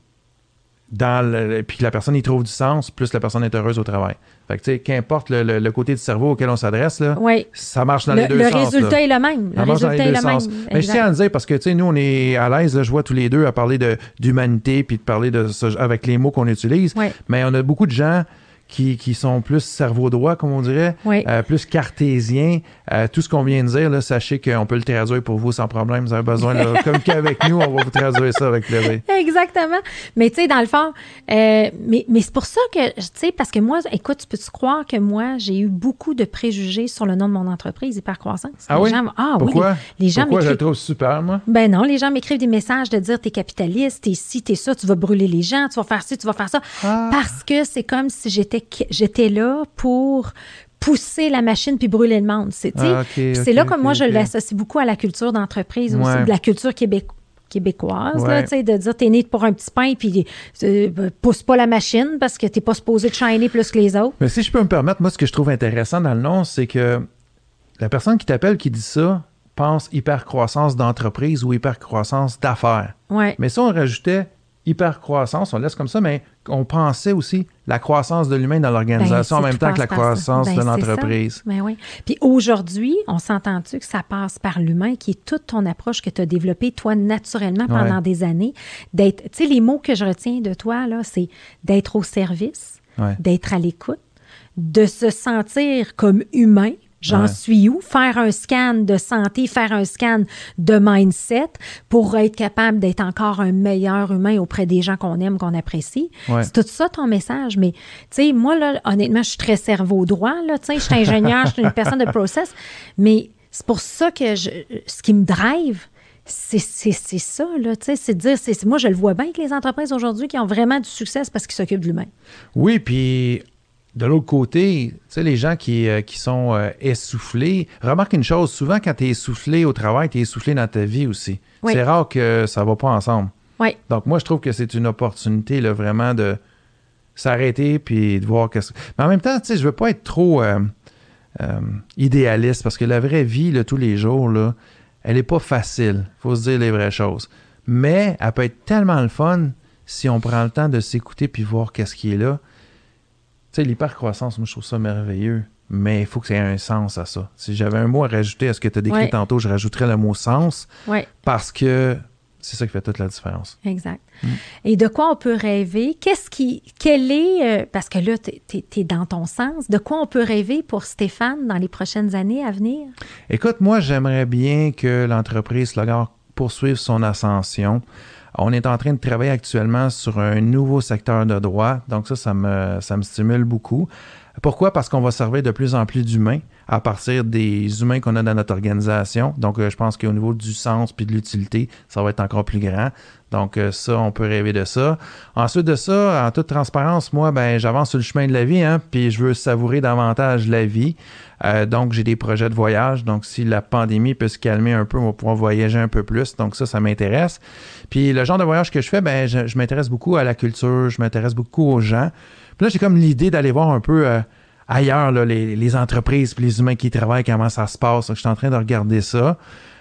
dans le, puis que la personne y trouve du sens, plus la personne est heureuse au travail. Fait que, tu sais, qu'importe le, le, le côté du cerveau auquel on s'adresse, là, oui. ça marche dans le, les deux le sens. Résultat là. est le même. Ça le résultat est le sens. même. Mais je tiens à le dire parce que, tu sais, nous, on est à l'aise, là, je vois tous les deux à parler de, d'humanité puis de parler de ce, avec les mots qu'on utilise. Oui. Mais on a beaucoup de gens qui, qui sont plus cerveau droit, comme on dirait, oui. euh, plus cartésiens. Euh, tout ce qu'on vient de dire, là, sachez qu'on peut le traduire pour vous sans problème. Vous avez besoin, là, comme qu'avec nous, on va vous traduire ça avec plaisir. Exactement. Mais tu sais, dans le fond, euh, mais, mais c'est pour ça que, tu sais, parce que moi, écoute, tu peux-tu croire que moi, j'ai eu beaucoup de préjugés sur le nom de mon entreprise, Hypercroissance? Ah les oui? Gens, ah Pourquoi? oui. Les, les gens Pourquoi je le m'écrivent... trouve super, moi? Ben non, les gens m'écrivent des messages de dire t'es capitaliste, t'es ci, t'es ça, tu vas brûler les gens, tu vas faire ci, tu vas faire ça. Ah. Parce que c'est comme si j'étais, j'étais là pour pousser la machine puis brûler le monde. C'est, ah, okay, c'est okay, là comme okay, moi, je okay. l'associe beaucoup à la culture d'entreprise aussi, ouais. de la culture québécoise. québécoise, ouais. là, de dire t'es né pour un petit pain puis euh, pousse pas la machine parce que t'es pas supposé de shiner plus que les autres. Mais si je peux me permettre, moi, ce que je trouve intéressant dans le nom, c'est que la personne qui t'appelle, qui dit ça, pense hypercroissance d'entreprise ou hypercroissance d'affaires. Ouais. Mais si on rajoutait hypercroissance, on laisse comme ça, mais on pensait aussi la croissance de l'humain dans l'organisation ben, en même temps que la croissance ben, de l'entreprise. Ben oui. Puis aujourd'hui, on s'entend-tu que ça passe par l'humain, qui est toute ton approche que tu as développée, toi, naturellement, pendant ouais. des années. D'être, tu sais, les mots que je retiens de toi, là, c'est d'être au service, ouais. d'être à l'écoute, de se sentir comme humain. J'en ouais. suis où? Faire un scan de santé, faire un scan de mindset pour être capable d'être encore un meilleur humain auprès des gens qu'on aime, qu'on apprécie. Ouais. C'est tout ça ton message. Mais, tu sais, moi, là, honnêtement, je suis très cerveau droit, là, tu sais, je suis ingénieur, je suis une personne de process. Mais c'est pour ça que je, ce qui me drive, c'est, c'est, c'est ça, là, tu sais, c'est de dire, c'est, moi, je le vois bien que les entreprises aujourd'hui qui ont vraiment du succès, c'est parce qu'ils s'occupent de l'humain. Oui, puis... De l'autre côté, tu sais, les gens qui, euh, qui sont euh, essoufflés, remarque une chose, souvent quand tu es essoufflé au travail, tu es essoufflé dans ta vie aussi. Oui. C'est rare que ça va pas ensemble. Oui. Donc moi, je trouve que c'est une opportunité là, vraiment de s'arrêter puis de voir que... Mais en même temps, tu sais, je veux pas être trop euh, euh, idéaliste parce que la vraie vie, là, tous les jours, là, elle est pas facile. Faut se dire les vraies choses. Mais elle peut être tellement le fun si on prend le temps de s'écouter puis voir qu'est-ce qui est là. Tu sais, l'hypercroissance, moi, je trouve ça merveilleux, mais il faut que ça ait un sens à ça. Si j'avais un mot à rajouter à ce que tu as décrit ouais. tantôt, je rajouterais le mot « sens ouais. » parce que c'est ça qui fait toute la différence. Exact. Mm. Et de quoi on peut rêver? Qu'est-ce qui... Quel est... Euh, parce que là, tu es dans ton sens. De quoi on peut rêver pour Stéphane dans les prochaines années à venir? Écoute, moi, j'aimerais bien que l'entreprise Slogar poursuive son ascension. On est en train de travailler actuellement sur un nouveau secteur de droit. Donc ça, ça me, ça me stimule beaucoup. Pourquoi? Parce qu'on va servir de plus en plus d'humains à partir des humains qu'on a dans notre organisation. Donc, euh, je pense qu'au niveau du sens puis de l'utilité, ça va être encore plus grand. Donc, euh, ça, on peut rêver de ça. Ensuite de ça, en toute transparence, moi, ben, j'avance sur le chemin de la vie, hein, puis je veux savourer davantage la vie. Euh, donc, j'ai des projets de voyage. Donc, si la pandémie peut se calmer un peu, on va pouvoir voyager un peu plus. Donc, ça, ça m'intéresse. Puis, le genre de voyage que je fais, ben, je, je m'intéresse beaucoup à la culture, je m'intéresse beaucoup aux gens. Puis là, j'ai comme l'idée d'aller voir un peu euh, ailleurs là, les, les entreprises puis les humains qui y travaillent, comment ça se passe. Donc, je suis en train de regarder ça.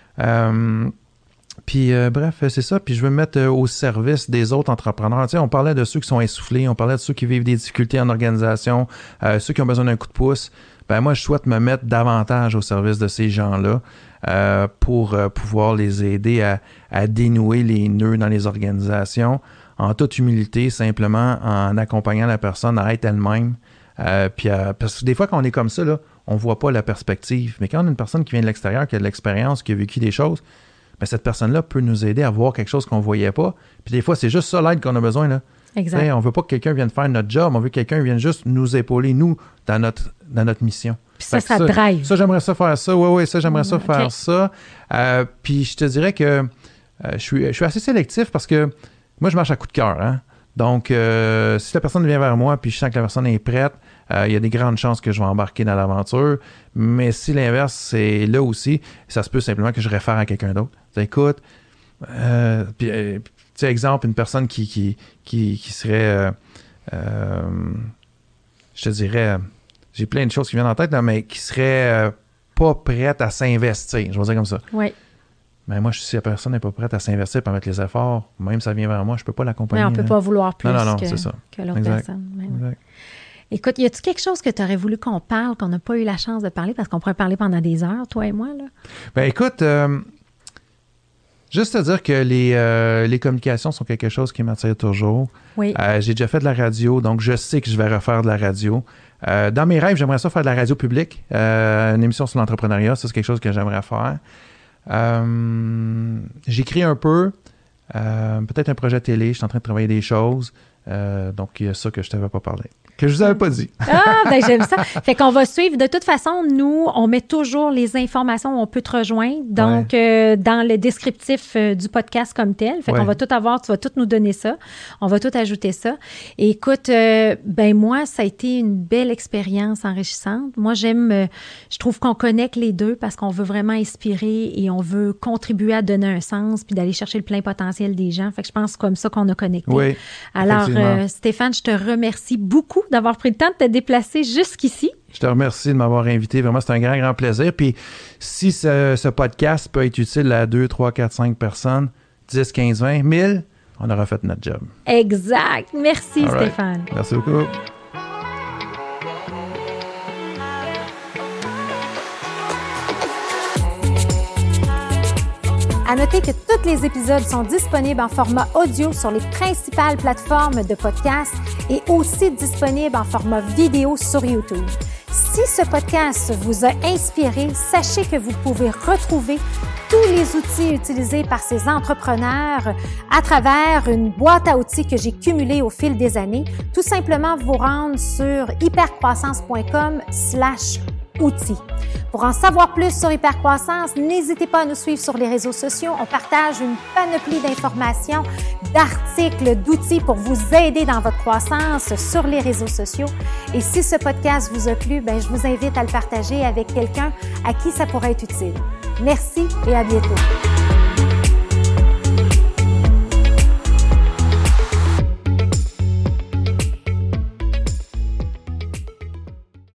Euh, puis, euh, bref, c'est ça. Puis, je veux me mettre euh, au service des autres entrepreneurs. Tu sais, on parlait de ceux qui sont essoufflés, on parlait de ceux qui vivent des difficultés en organisation, euh, ceux qui ont besoin d'un coup de pouce. Ben moi, je souhaite me mettre davantage au service de ces gens-là euh, pour euh, pouvoir les aider à, à dénouer les nœuds dans les organisations en toute humilité, simplement en accompagnant la personne à être elle-même. Euh, puis à, parce que des fois, quand on est comme ça, là, on voit pas la perspective. Mais quand on a une personne qui vient de l'extérieur, qui a de l'expérience, qui a vécu des choses, mais cette personne-là peut nous aider à voir quelque chose qu'on ne voyait pas. Puis des fois, c'est juste ça l'aide qu'on a besoin, là. Exact. T'sais, on ne veut pas que quelqu'un vienne faire notre job, on veut que quelqu'un vienne juste nous épauler, nous, dans notre, dans notre mission. Puis ça, ça, ça drive. Ça, j'aimerais ça faire ça. Oui, oui, ça, j'aimerais ça okay. faire ça. Euh, puis je te dirais que euh, je, suis, je suis assez sélectif parce que moi, je marche à coup de cœur. Hein? Donc, euh, si la personne vient vers moi puis je sens que la personne est prête, euh, il y a des grandes chances que je vais embarquer dans l'aventure. Mais si l'inverse, c'est là aussi, ça se peut simplement que je réfère à quelqu'un d'autre. T'sais, écoute, euh, puis, euh, tu sais, exemple, une personne qui, qui, qui, qui serait, euh, euh, je te dirais, j'ai plein de choses qui viennent en tête, là, mais qui serait euh, pas prête à s'investir, je vais dire comme ça. Oui. Mais moi, si la personne n'est pas prête à s'investir et à mettre les efforts, même si ça vient vers moi, je peux pas l'accompagner. Mais on peut là. pas vouloir plus non, non, non, que, c'est ça. que l'autre exact. personne. Ouais. Exact. Écoute, y a-t-il quelque chose que tu aurais voulu qu'on parle, qu'on n'a pas eu la chance de parler, parce qu'on pourrait parler pendant des heures, toi et moi, là? Ben écoute, euh, juste te dire que les, euh, les communications sont quelque chose qui m'attire toujours. Oui. Euh, j'ai déjà fait de la radio, donc je sais que je vais refaire de la radio. Euh, dans mes rêves, j'aimerais ça faire de la radio publique, euh, une émission sur l'entrepreneuriat, ça c'est quelque chose que j'aimerais faire. Euh, j'écris un peu, euh, peut-être un projet télé, je suis en train de travailler des choses, euh, donc il y a ça que je ne t'avais pas parlé. Que je vous avais pas dit. Ah, ben j'aime ça. Fait qu'on va suivre. De toute façon, nous, on met toujours les informations où on peut te rejoindre. Donc, ouais. euh, dans le descriptif euh, du podcast comme tel. Fait ouais. qu'on va tout avoir, tu vas tout nous donner ça. On va tout ajouter ça. Et écoute, euh, ben moi, ça a été une belle expérience enrichissante. Moi, j'aime, euh, je trouve qu'on connecte les deux parce qu'on veut vraiment inspirer et on veut contribuer à donner un sens puis d'aller chercher le plein potentiel des gens. Fait que je pense comme ça qu'on a connecté. Oui, alors, euh, Stéphane, je te remercie beaucoup d'avoir pris le temps de te déplacer jusqu'ici. Je te remercie de m'avoir invité. Vraiment, c'est un grand, grand plaisir. Puis, si ce, ce podcast peut être utile à deux, trois, quatre, cinq personnes, dix, quinze, vingt, mille, on aura fait notre job. Exact. Merci, All right. Stéphane. Merci beaucoup. À noter que tous les épisodes sont disponibles en format audio sur les principales plateformes de podcast et aussi disponibles en format vidéo sur YouTube. Si ce podcast vous a inspiré, sachez que vous pouvez retrouver tous les outils utilisés par ces entrepreneurs à travers une boîte à outils que j'ai cumulée au fil des années. Tout simplement vous rendre sur hypercroissance point com slash outils. Pour en savoir plus sur Hypercroissance, n'hésitez pas à nous suivre sur les réseaux sociaux. On partage une panoplie d'informations, d'articles, d'outils pour vous aider dans votre croissance sur les réseaux sociaux. Et si ce podcast vous a plu, ben, je vous invite à le partager avec quelqu'un à qui ça pourrait être utile. Merci et à bientôt.